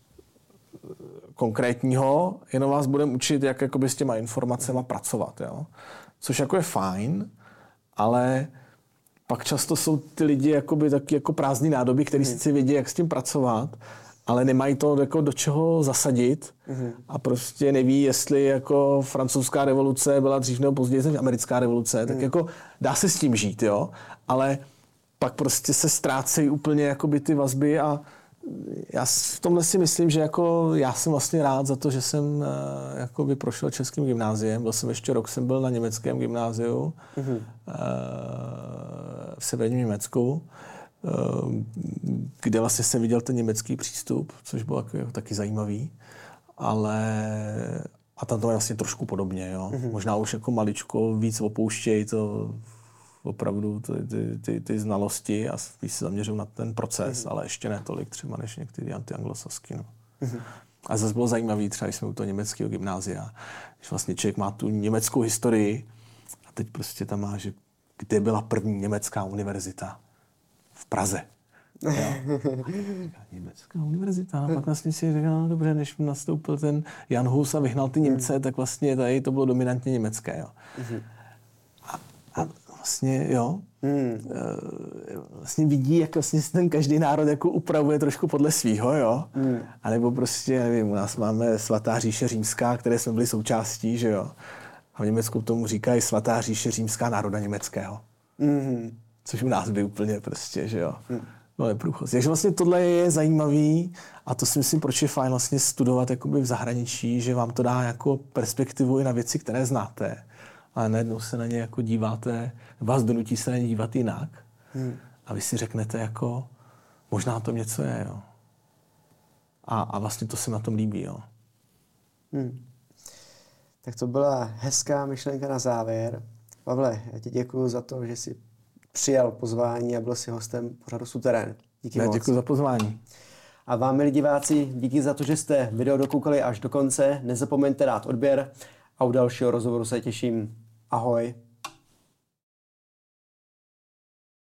konkrétního, jenom vás budeme učit, jak jakoby s těma informacemi pracovat. Jo? Což jako je fajn, ale pak často jsou ty lidi jakoby taky jako prázdný nádoby, který mm-hmm. sice vědí, jak s tím pracovat, ale nemají to jako do čeho zasadit mm-hmm. a prostě neví, jestli jako francouzská revoluce byla dřív nebo později než americká revoluce, mm. tak jako dá se s tím žít, jo, ale pak prostě se ztrácejí úplně jakoby ty vazby a já v tomhle si myslím, že jako já jsem vlastně rád za to, že jsem jakoby prošel českým gymnáziem, byl jsem ještě rok, jsem byl na německém gymnáziu mm-hmm. v severním Německu, kde vlastně jsem viděl ten německý přístup, což bylo jako taky zajímavý, ale a tam to je vlastně trošku podobně, jo. Mm-hmm. Možná už jako maličko víc opouštějí to opravdu ty, ty, ty, ty znalosti a spíš se zaměřují na ten proces, mm-hmm. ale ještě ne tolik třeba než některý antianglosasky, no. Mm-hmm. A zase bylo zajímavý, třeba když jsme u toho německého gymnázia, když vlastně člověk má tu německou historii a teď prostě tam má, že kde byla první německá univerzita? V Praze. Německá univerzita. A pak vlastně si říkal, no dobře, než nastoupil ten Jan Hus a vyhnal ty Němce, mm. tak vlastně tady to bylo dominantně německé. Jo. Mm. A, a vlastně, jo, mm. vlastně vidí, jak vlastně ten každý národ jako upravuje trošku podle svýho, jo. Mm. A nebo prostě, nevím, u nás máme Svatá říše římská, které jsme byli součástí, že jo. A v Německu tomu říkají Svatá říše římská národa německého. Mm. Což u nás by úplně prostě, že jo. Hmm. No neprůchod. Takže vlastně tohle je zajímavý a to si myslím, proč je fajn vlastně studovat jakoby v zahraničí, že vám to dá jako perspektivu i na věci, které znáte. Ale najednou se na ně jako díváte, vás donutí se na ně dívat jinak. Hmm. A vy si řeknete jako, možná to něco je, jo. A, a vlastně to se na tom líbí, jo. Hmm. Tak to byla hezká myšlenka na závěr. Pavle, já ti děkuji za to, že jsi přijal pozvání a byl si hostem pořadu Suterén. Díky moc. Děkuji za pozvání. A vám, milí diváci, díky za to, že jste video dokoukali až do konce. Nezapomeňte dát odběr a u dalšího rozhovoru se těším. Ahoj.